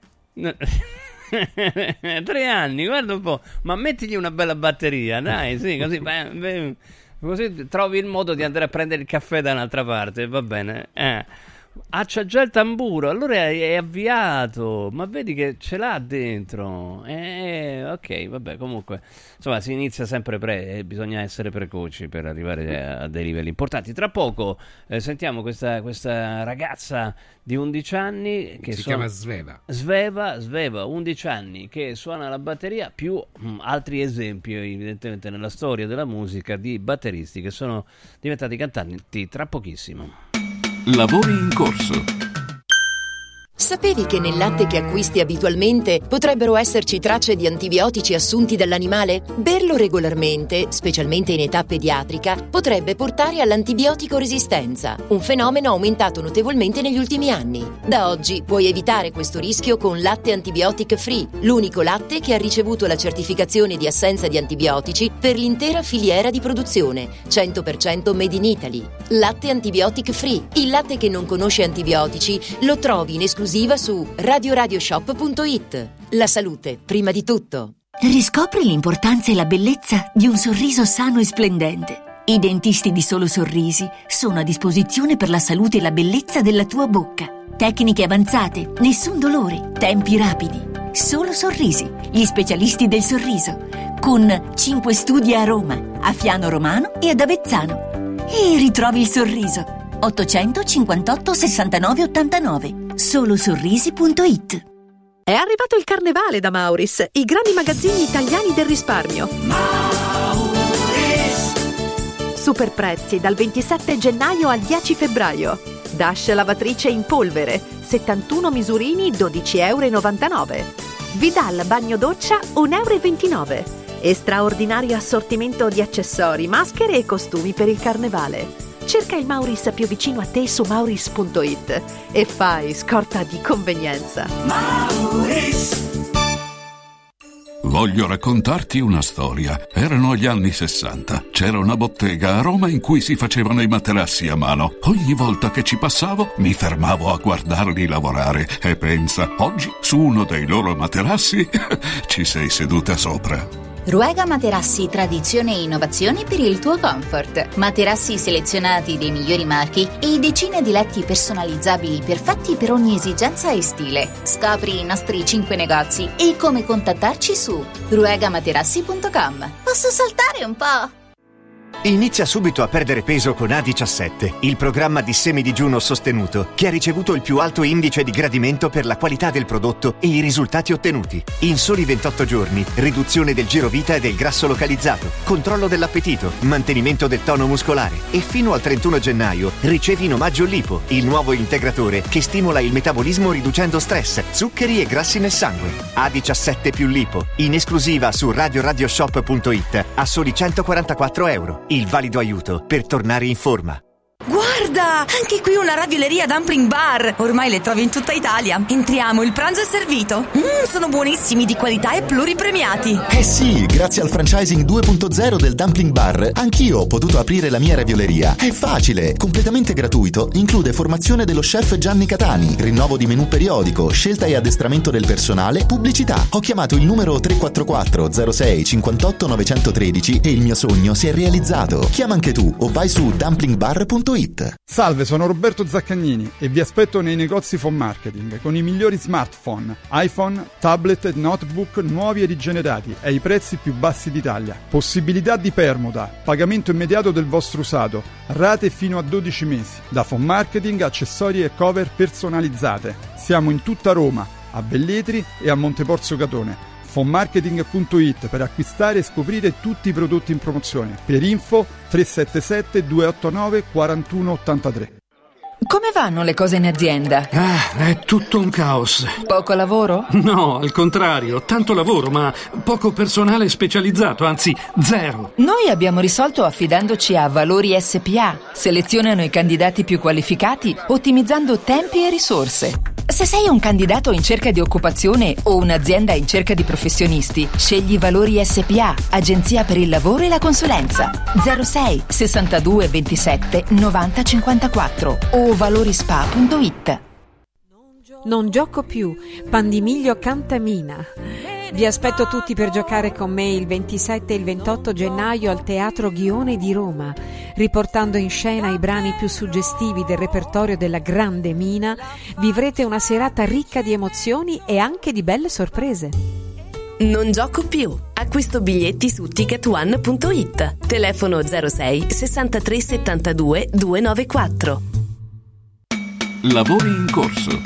3 anni, guarda un po'. Ma mettigli una bella batteria, dai, sì, così... Così trovi il modo di andare a prendere il caffè da un'altra parte, va bene? C'ha già il tamburo, allora è avviato, ma vedi che ce l'ha dentro. Ok, vabbè, comunque, insomma, si inizia sempre bisogna essere precoci per arrivare a dei livelli importanti. Tra poco sentiamo questa ragazza di 11 anni che si chiama Sveva, 11 anni, che suona la batteria, più altri esempi evidentemente nella storia della musica di batteristi che sono diventati cantanti tra pochissimo. Lavori in corso. Sapevi che nel latte che acquisti abitualmente potrebbero esserci tracce di antibiotici assunti dall'animale? Berlo regolarmente, specialmente in età pediatrica, potrebbe portare all'antibiotico resistenza, un fenomeno aumentato notevolmente negli ultimi anni. Da oggi puoi evitare questo rischio con Latte Antibiotic Free, l'unico latte che ha ricevuto la certificazione di assenza di antibiotici per l'intera filiera di produzione, 100% made in Italy. Latte Antibiotic Free, il latte che non conosce antibiotici, lo trovi in esclusiva su radioradioshop.it. La salute, prima di tutto. Riscopri l'importanza e la bellezza di un sorriso sano e splendente. I dentisti di Solo Sorrisi sono a disposizione per la salute e la bellezza della tua bocca. Tecniche avanzate, nessun dolore, tempi rapidi. Solo Sorrisi, gli specialisti del sorriso, con 5 studi a Roma, a Fiano Romano e ad Avezzano. E ritrovi il sorriso. 858 69 89. Solosorrisi.it. È arrivato il carnevale da Mauris, i grandi magazzini italiani del risparmio. Super prezzi dal 27 gennaio al 10 febbraio. Dash lavatrice in polvere, 71 misurini, 12,99 €. Vidal bagno doccia, 1,29 €. E straordinario assortimento di accessori, maschere e costumi per il carnevale. Cerca il Mauris più vicino a te su Mauris.it e fai scorta di convenienza. Mauris. Voglio raccontarti una storia. Erano gli anni 60. C'era una bottega a Roma in cui si facevano i materassi a mano. Ogni volta che ci passavo mi fermavo a guardarli lavorare e pensa, oggi su uno dei loro materassi ci sei seduta sopra. Ruega Materassi, tradizione e innovazione per il tuo comfort. Materassi selezionati dei migliori marchi e decine di letti personalizzabili perfetti per ogni esigenza e stile. Scopri i nostri 5 negozi e come contattarci su ruegamaterassi.com. Posso saltare un po'? Inizia subito a perdere peso con A17, il programma di semidigiuno sostenuto che ha ricevuto il più alto indice di gradimento per la qualità del prodotto e i risultati ottenuti. In soli 28 giorni, riduzione del girovita e del grasso localizzato, controllo dell'appetito, mantenimento del tono muscolare e fino al 31 gennaio ricevi in omaggio Lipo, il nuovo integratore che stimola il metabolismo riducendo stress, zuccheri e grassi nel sangue. A17 più Lipo, in esclusiva su radioradioshop.it a soli €144. Il valido aiuto per tornare in forma. Guarda! Guarda, anche qui una ravioleria Dumpling Bar. Ormai le trovi in tutta Italia. Entriamo, il pranzo è servito. Sono buonissimi, di qualità e pluripremiati. Eh sì, grazie al franchising 2.0 del Dumpling Bar, anch'io ho potuto aprire la mia ravioleria. È facile, completamente gratuito, include formazione dello chef Gianni Catani, rinnovo di menù periodico, scelta e addestramento del personale, pubblicità. Ho chiamato il numero 344 06 58 913 e il mio sogno si è realizzato. Chiama anche tu o vai su dumplingbar.it. Salve, sono Roberto Zaccagnini e vi aspetto nei negozi Phone Marketing con i migliori smartphone, iPhone, tablet e notebook nuovi e rigenerati ai prezzi più bassi d'Italia. Possibilità di permuta, pagamento immediato del vostro usato, rate fino a 12 mesi. Da Phone Marketing, accessori e cover personalizzate. Siamo in tutta Roma, a Velletri e a Monteporzio Catone. Fonmarketing.it per acquistare e scoprire tutti i prodotti in promozione. Per info 377 289 4183. Come vanno le cose in azienda? È tutto un caos. Poco lavoro? No, al contrario, tanto lavoro, ma poco personale specializzato, anzi zero. Noi abbiamo risolto affidandoci a Valori SPA. Selezionano i candidati più qualificati, ottimizzando tempi e risorse. Se sei un candidato in cerca di occupazione o un'azienda in cerca di professionisti, scegli Valori SPA, agenzia per il lavoro e la consulenza. 06 62 27 90 54 o valorispa.it. Non gioco più, Pandimiglio Cantamina. Vi aspetto tutti per giocare con me il 27 e il 28 gennaio al Teatro Ghione di Roma, riportando in scena i brani più suggestivi del repertorio della Grande Mina. Vivrete una serata ricca di emozioni e anche di belle sorprese. Non gioco più. Acquisto biglietti su ticketone.it. Telefono 06 63 72 294. Lavori in corso.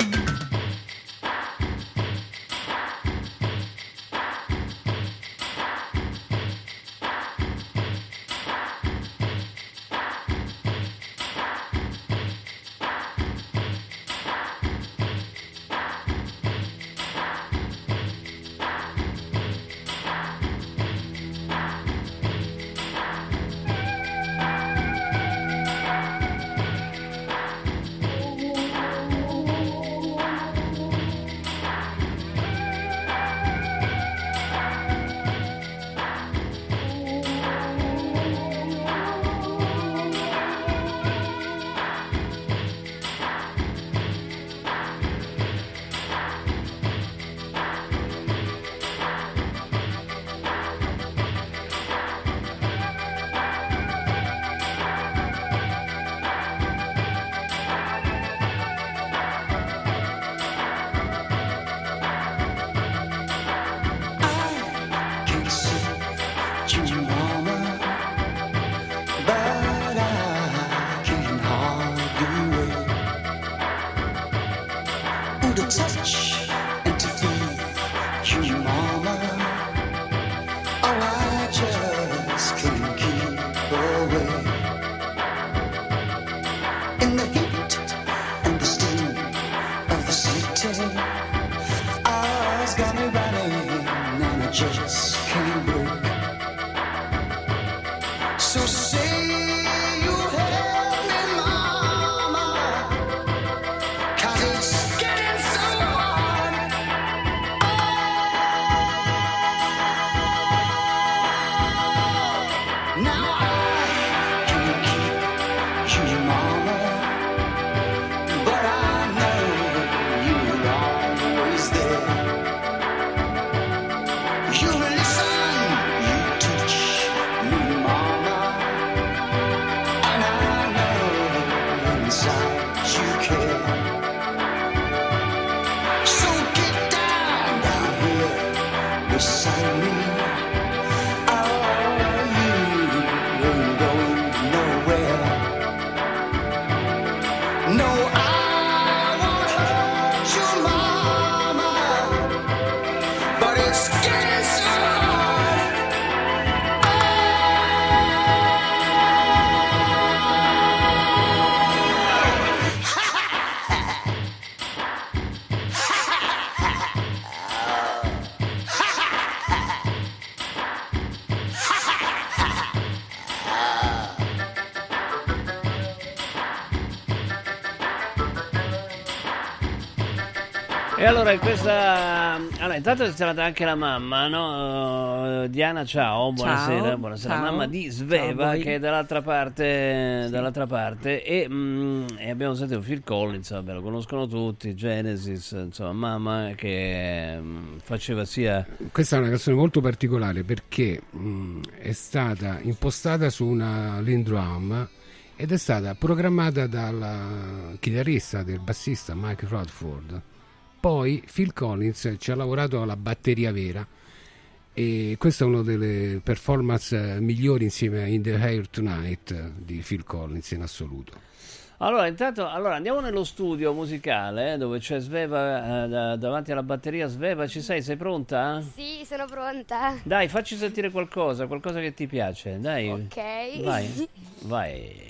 E allora intanto è stata anche la mamma, no? Diana, ciao, buonasera. Buonasera, ciao. Mamma di Sveva, che è dall'altra parte, e abbiamo sentito Phil Collins, vabbè, lo conoscono tutti, Genesis, insomma, mamma che faceva sia... Questa è una canzone molto particolare perché è stata impostata su una Lindrum ed è stata programmata dal chitarrista, del bassista Mike Rodford. Poi Phil Collins ci ha lavorato alla batteria vera e questa è una delle performance migliori insieme a In the Air Tonight di Phil Collins in assoluto. Allora, intanto andiamo nello studio musicale dove c'è Sveva davanti alla batteria. Sveva, ci sei? Sei pronta? Sì, sono pronta. Dai, facci sentire qualcosa che ti piace, dai. Ok. Vai.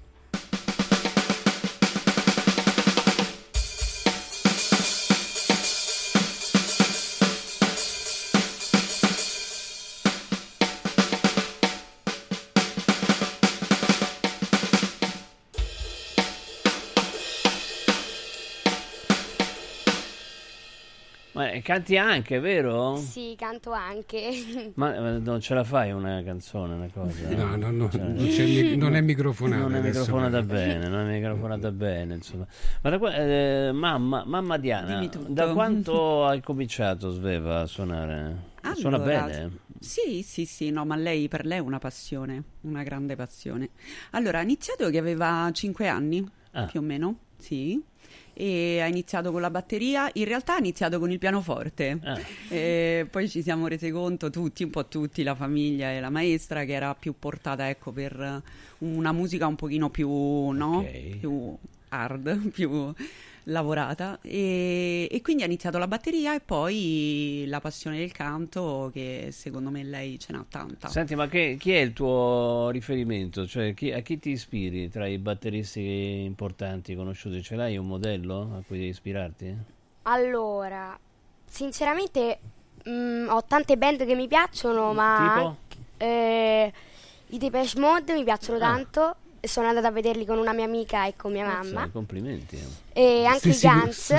Canti anche, vero? Sì, canto anche. Ma non ce la fai una canzone, una cosa? No, non è microfonata. Non è microfonata bene, insomma. Ma mamma Diana, da quanto hai cominciato, Sveva, a suonare? Allora, suona bene? Sì, no, ma per lei è una passione, una grande passione. Allora, ha iniziato che aveva 5 anni, più o meno, sì. E ha iniziato con la batteria, in realtà ha iniziato con il pianoforte e poi ci siamo resi conto un po' tutti, la famiglia e la maestra, che era più portata per una musica un pochino più, no? Più hard, più lavorata e quindi ha iniziato la batteria e poi la passione del canto, che secondo me lei ce n'ha tanta. Senti, ma chi è il tuo riferimento? Cioè, a chi ti ispiri tra i batteristi importanti conosciuti? Ce l'hai un modello a cui ispirarti? Allora, sinceramente ho tante band che mi piacciono, ma i Depeche Mode mi piacciono tanto. Sono andata a vederli con una mia amica e con mia mamma. Complimenti. E anche i Guns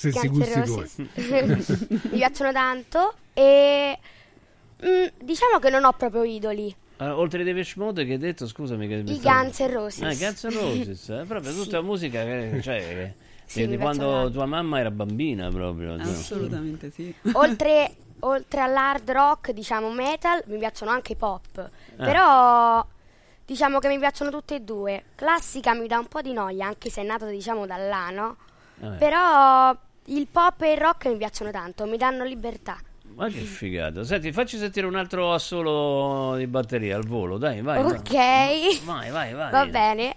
mi piacciono tanto e diciamo che non ho proprio idoli. Oltre ai Depeche Mode che hai detto, scusami, che i Guns N' Roses. Guns N' Roses, proprio tutta musica che di quando tanto. Tua mamma era bambina proprio. Assolutamente sì. Oltre all'hard rock, diciamo metal, mi piacciono anche i pop. Però diciamo che mi piacciono tutte e due. Classica mi dà un po' di noia, anche se è nata diciamo da là, no? Però il pop e il rock mi piacciono tanto, mi danno libertà. Ma che figata. Senti, facci sentire un altro assolo di batteria al volo, dai, vai. Ok. Vai. Va bene.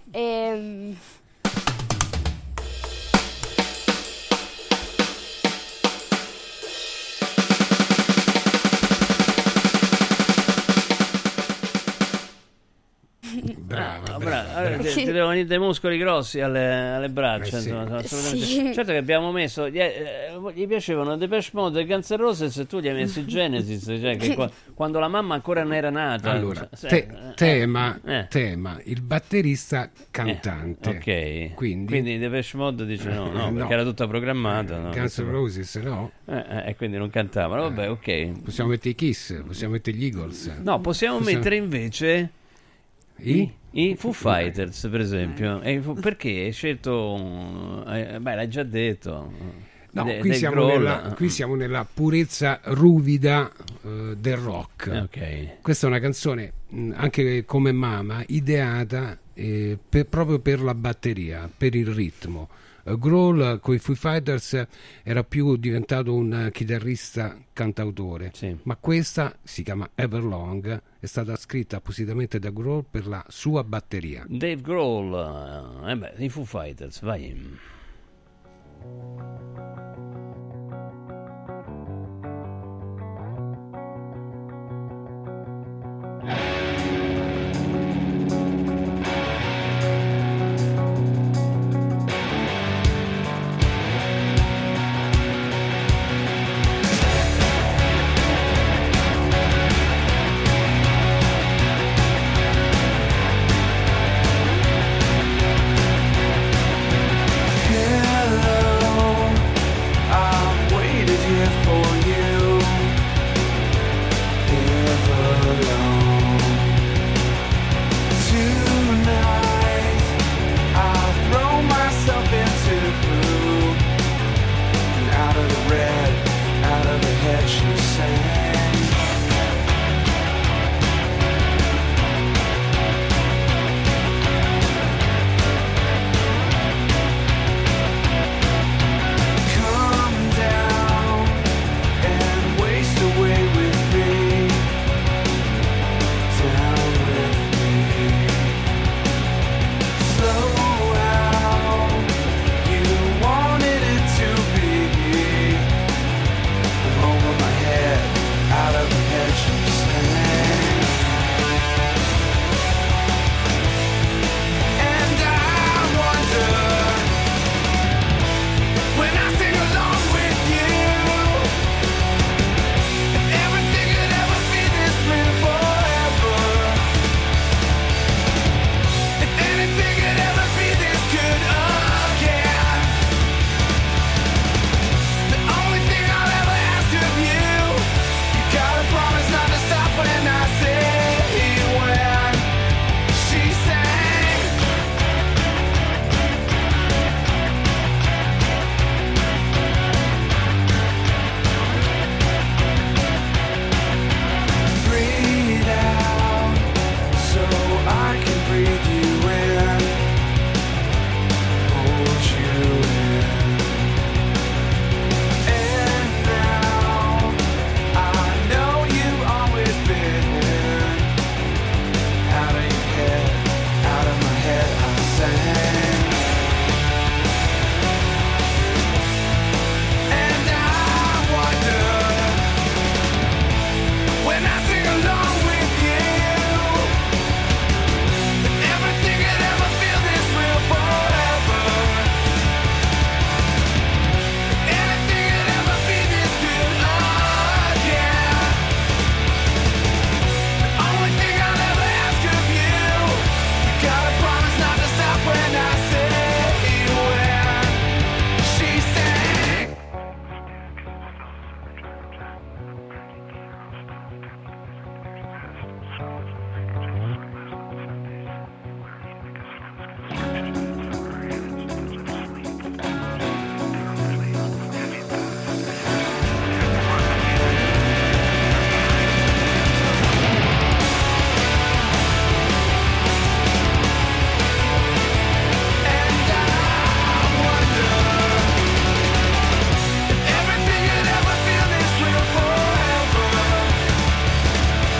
Brava. Ti devono venire dei muscoli grossi alle braccia, insomma, assolutamente. Certo che abbiamo messo gli piacevano Depeche Mode e Guns N' Roses e tu gli hai messo i Genesis, cioè che quando la mamma ancora non era nata. Allora, tema il batterista cantante. Ok. Quindi Depeche Mode dice no, perché era tutta programmata. Guns N' Roses no. E quindi non cantavano. Vabbè, ok. Possiamo mettere i Kiss, possiamo mettere gli Eagles. No, possiamo mettere invece i Foo Fighters, per esempio. Perché hai scelto l'hai già detto. No, qui siamo nella purezza ruvida del rock. Questa è una canzone anche come Mama ideata proprio per la batteria, per il ritmo. Grohl con i Foo Fighters era più diventato un chitarrista cantautore, ma questa si chiama Everlong, è stata scritta appositamente da Grohl per la sua batteria. Dave Grohl, i Foo Fighters, vai. Hello,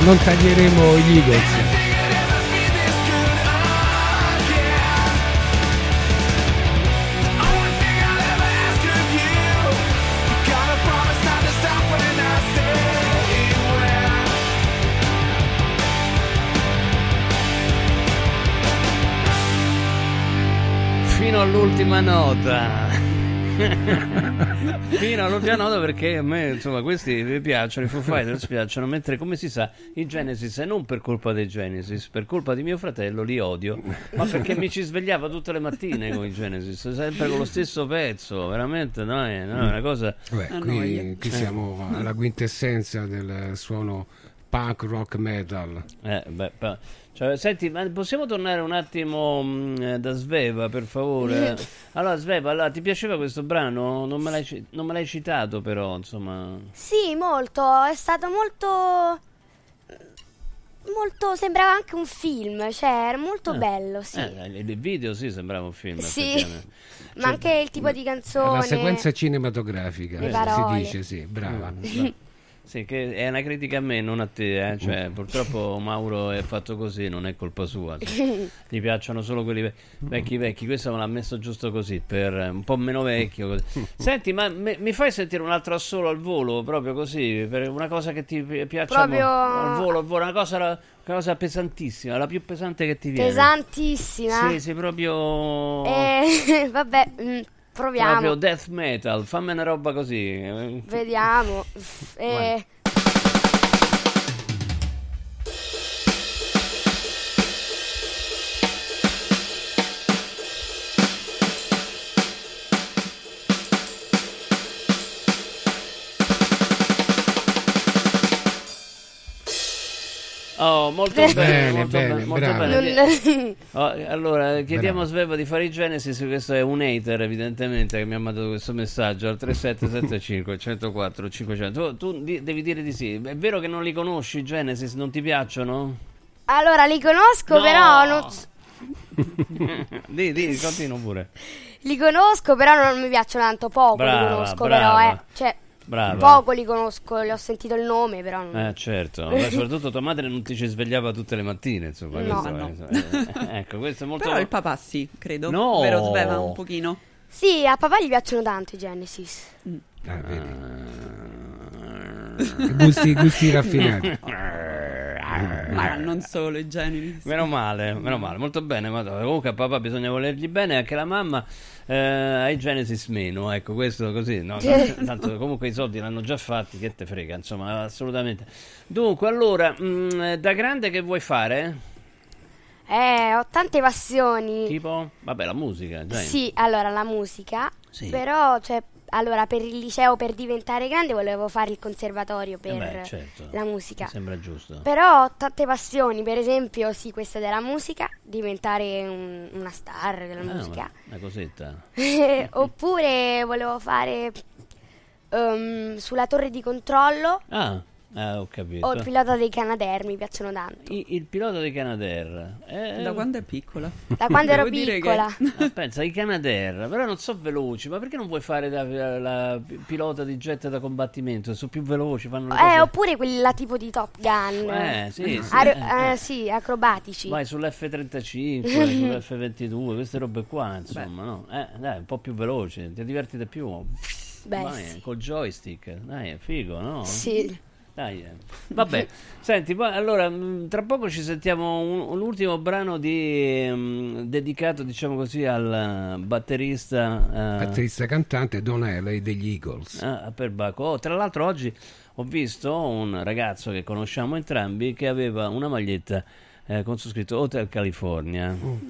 non taglieremo gli Eagles. Fino all'ultima nota. Fino all'ultima nota, perché a me insomma questi mi piacciono, i Foo Fighters piacciono, mentre come si sa i Genesis, e non per colpa dei Genesis, per colpa di mio fratello li odio, ma perché mi ci svegliava tutte le mattine con i Genesis, sempre con lo stesso pezzo, veramente no, è una cosa. Qui siamo alla quintessenza del suono punk rock metal. Cioè, senti, ma possiamo tornare un attimo da Sveva, per favore? Allora, Sveva, ti piaceva questo brano? Non me l'hai citato, però, insomma. Sì, molto. È stato molto... sembrava anche un film, cioè era molto bello, sì. Il video sì, sembrava un film. Sì, ma anche il tipo di canzone. La sequenza cinematografica, si dice, sì, brava. Sì, che è una critica a me, non a te, cioè, purtroppo Mauro è fatto così, non è colpa sua. Gli piacciono solo quelli vecchi, questo me l'ha messo giusto così, per un po' meno vecchio. Così. Senti, ma mi fai sentire un altro assolo al volo, proprio così, per una cosa che ti piace proprio... al volo, una cosa pesantissima, la più pesante che ti viene. Pesantissima? Sì, proprio... vabbè... Proviamo. Proprio death metal, fammi una roba così. Vediamo. Oh, molto bene. Allora, chiediamo a Sveva di fare i Genesis. Questo è un hater, evidentemente, che mi ha mandato questo messaggio al 3775 104 500. Tu devi dire di sì. È vero che non li conosci i Genesis? Non ti piacciono? Allora, li conosco, però non... Di, continua pure. Li conosco, però non mi piacciono tanto, poco li conosco, però cioè... Brava. Poco li conosco, le ho sentito il nome, però non... certo. Beh, soprattutto tua madre non ti ci svegliava tutte le mattine, insomma. No. Ecco, questo è molto... Però il papà sì, credo. No. Vero, Sveva, un pochino. Sì, a papà gli piacciono tanto i Genesis. Gusti raffinati. Ma non solo i Genesis. Meno male, molto bene. Ma comunque a papà bisogna volergli bene, anche la mamma. Ai Genesis meno, ecco, questo così, no? Tanto comunque i soldi l'hanno già fatti, che te frega, insomma, assolutamente. Dunque, allora, da grande che vuoi fare? Ho tante passioni. Tipo? Vabbè, la musica, già. Sì, allora la musica, sì. Però, cioè, allora per il liceo, per diventare grande, volevo fare il conservatorio per certo. La musica. Mi sembra giusto. Però ho tante passioni, per esempio, sì, questa della musica, diventare una star della musica. Una cosetta. Oppure volevo fare sulla torre di controllo. Ho capito. O il pilota dei Canadair, mi piacciono tanto. Il pilota dei Canadair. Da quando è piccola? Da quando ero piccola. Pensa, i Canadair, però non so veloci, ma perché non vuoi fare la pilota di jet da combattimento? Sono più veloci, fanno le cose... Oppure quella tipo di Top Gun. Sì, acrobatici. Vai sull'F-35, sull'F-22, queste robe qua, insomma, no? Dai, un po' più veloci, ti diverti di più. Sì. Col joystick, dai, è figo, no? Sì. Dai, vabbè, senti, allora tra poco ci sentiamo un ultimo brano dedicato, diciamo così, al batterista cantante Don Henley degli Eagles. Per Baco. Tra l'altro oggi ho visto un ragazzo che conosciamo entrambi che aveva una maglietta con su scritto Hotel California.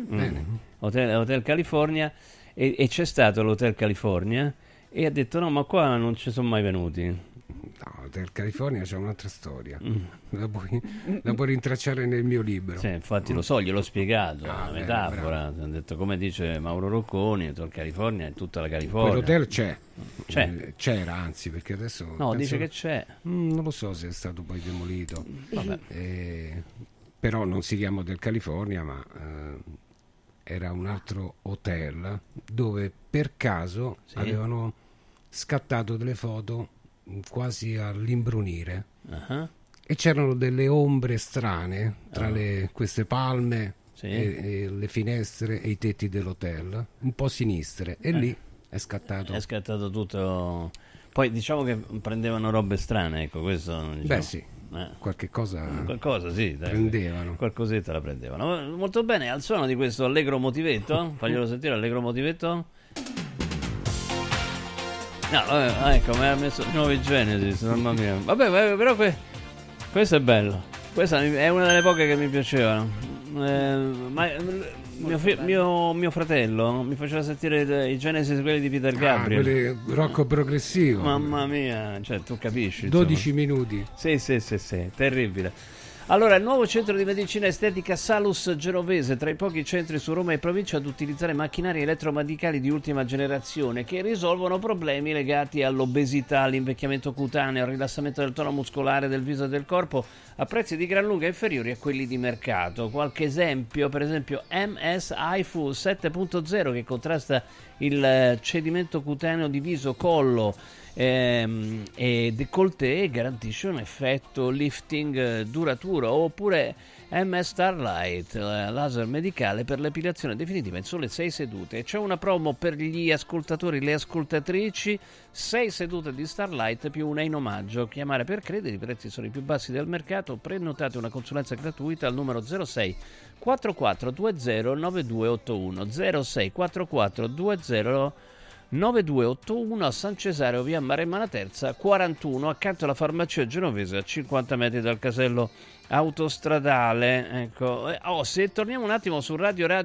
Hotel California, e c'è stato l'Hotel California e ha detto no, ma qua non ci sono mai venuti. No, del California c'è un'altra storia. La puoi rintracciare nel mio libro. Sì, infatti lo so, gliel'ho spiegato, una metafora. Ho detto, come dice Mauro Rocconi, il California è tutta la California. Quell'hotel c'era, anzi, perché adesso... No, dice che c'è. Non lo so se è stato poi demolito. Vabbè. Però non si chiama del California, ma era un altro hotel dove per caso avevano scattato delle foto quasi all'imbrunire E c'erano delle ombre strane tra queste palme e le finestre e i tetti dell'hotel, un po' sinistre, e lì è scattato tutto. Poi diciamo che prendevano robe strane, ecco, questo diciamo. Beh sì, qualcosa sì, dai, prendevano, qualcosetta la prendevano. Molto bene, al suono di questo allegro motivetto, faglielo sentire, allegro motivetto. No, ecco, mi ha messo nuovi Genesis, mamma mia. Vabbè, però questo è bello. Questa è una delle poche che mi piacevano. Ma mio fratello mi faceva sentire i Genesis, quelli di Peter Gabriel. Quelli rock progressivo. Mamma mia, cioè tu capisci. 12 minuti. Sì, terribile. Allora, il nuovo centro di medicina estetica Salus Genovese, tra i pochi centri su Roma e provincia ad utilizzare macchinari elettromedicali di ultima generazione che risolvono problemi legati all'obesità, all'invecchiamento cutaneo, al rilassamento del tono muscolare del viso e del corpo a prezzi di gran lunga inferiori a quelli di mercato. Qualche esempio, per esempio MS HIFU 7.0 che contrasta il cedimento cutaneo di viso, collo e décolleté e garantisce un effetto lifting duraturo, oppure MS Starlight, laser medicale per l'epilazione definitiva in sole 6 sedute. C'è una promo per gli ascoltatori e le ascoltatrici: 6 sedute di Starlight più una in omaggio. Chiamare per credere, i prezzi sono i più bassi del mercato. Prenotate una consulenza gratuita al numero 06 4420 9281 06 4420 9281 a San Cesareo, via Maremmana Terza 41, accanto alla farmacia genovese, a 50 metri dal casello autostradale. Ecco. Se torniamo un attimo su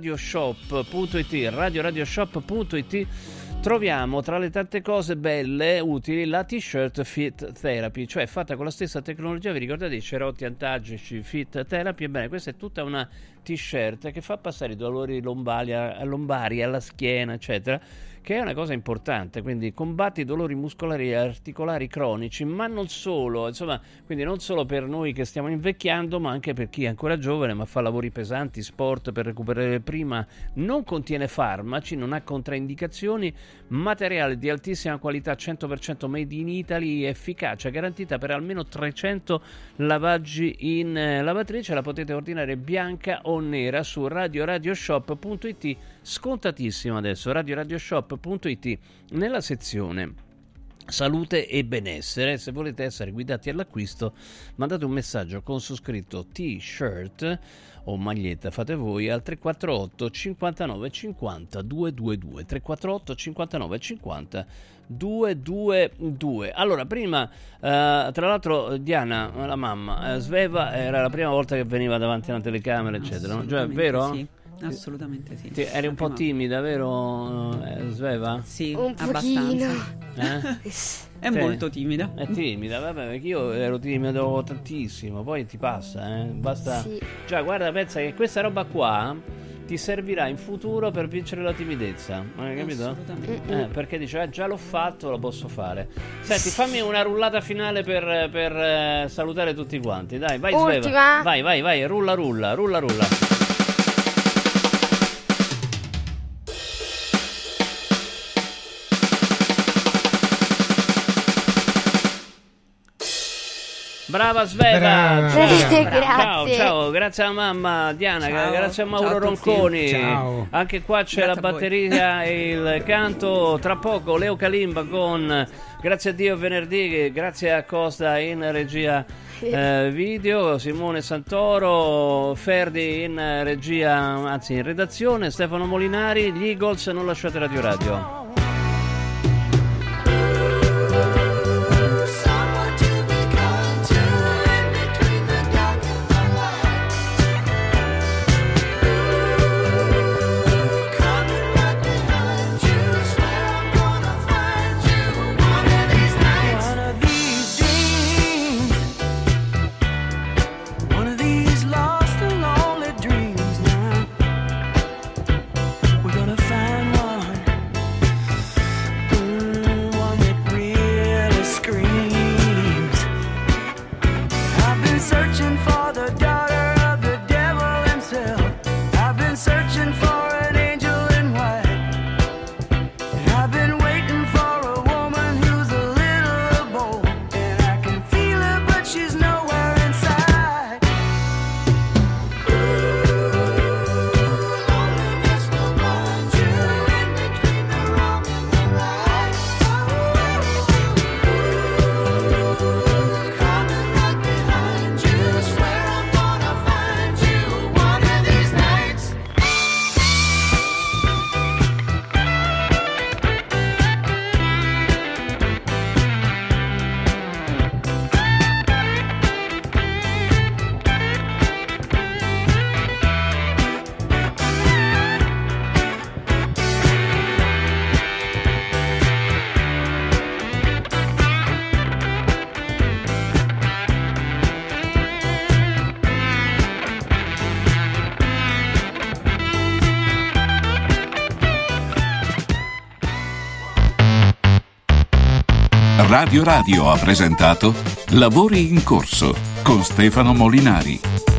radioradioshop.it, troviamo tra le tante cose belle, utili, la t-shirt Fit Therapy, cioè fatta con la stessa tecnologia. Vi ricordate i cerotti antalgici Fit Therapy? Ebbene, questa è tutta una t-shirt che fa passare i dolori lombari alla schiena, eccetera, che è una cosa importante. Quindi combatti i dolori muscolari e articolari cronici, ma non solo, insomma, quindi non solo per noi che stiamo invecchiando, ma anche per chi è ancora giovane ma fa lavori pesanti, sport per recuperare prima. Non contiene farmaci, non ha controindicazioni, materiale di altissima qualità, 100% made in Italy, efficacia garantita per almeno 300 lavaggi in lavatrice. La potete ordinare bianca o nera su radioradioshop.it, scontatissimo adesso, radioradioshop.it, nella sezione salute e benessere. Se volete essere guidati all'acquisto, mandate un messaggio con su scritto t-shirt o maglietta, fate voi, al 348 59 50 222 348 59 50 222. Allora, prima tra l'altro Diana, la mamma, Sveva era la prima volta che veniva davanti a una telecamera, eccetera, no? Cioè, vero? Sì. Assolutamente sì. Eri un po' timida, vero Sveva? Sì, un abbastanza. È molto timida. È timida, vabbè, perché io ero timido tantissimo, poi ti passa, basta. Sì. Cioè, guarda, pensa che questa roba qua ti servirà in futuro per vincere la timidezza, hai capito? Assolutamente. Perché dice, già l'ho fatto, lo posso fare. Senti, fammi una rullata finale per salutare tutti quanti, dai, vai Sveva. Vai, rulla. Brava Sveva. Grazie. Ciao, grazie a mamma Diana, grazie a Mauro Ronconi. Ciao. Anche qua c'è la batteria e il canto. Tra poco Leo Kalimba con Grazie a Dio venerdì, grazie a Costa in regia video, Simone Santoro, Ferdi in regia, anzi in redazione, Stefano Molinari, gli Eagles. Non lasciate Radio. Radio ha presentato Lavori in corso con Stefano Molinari.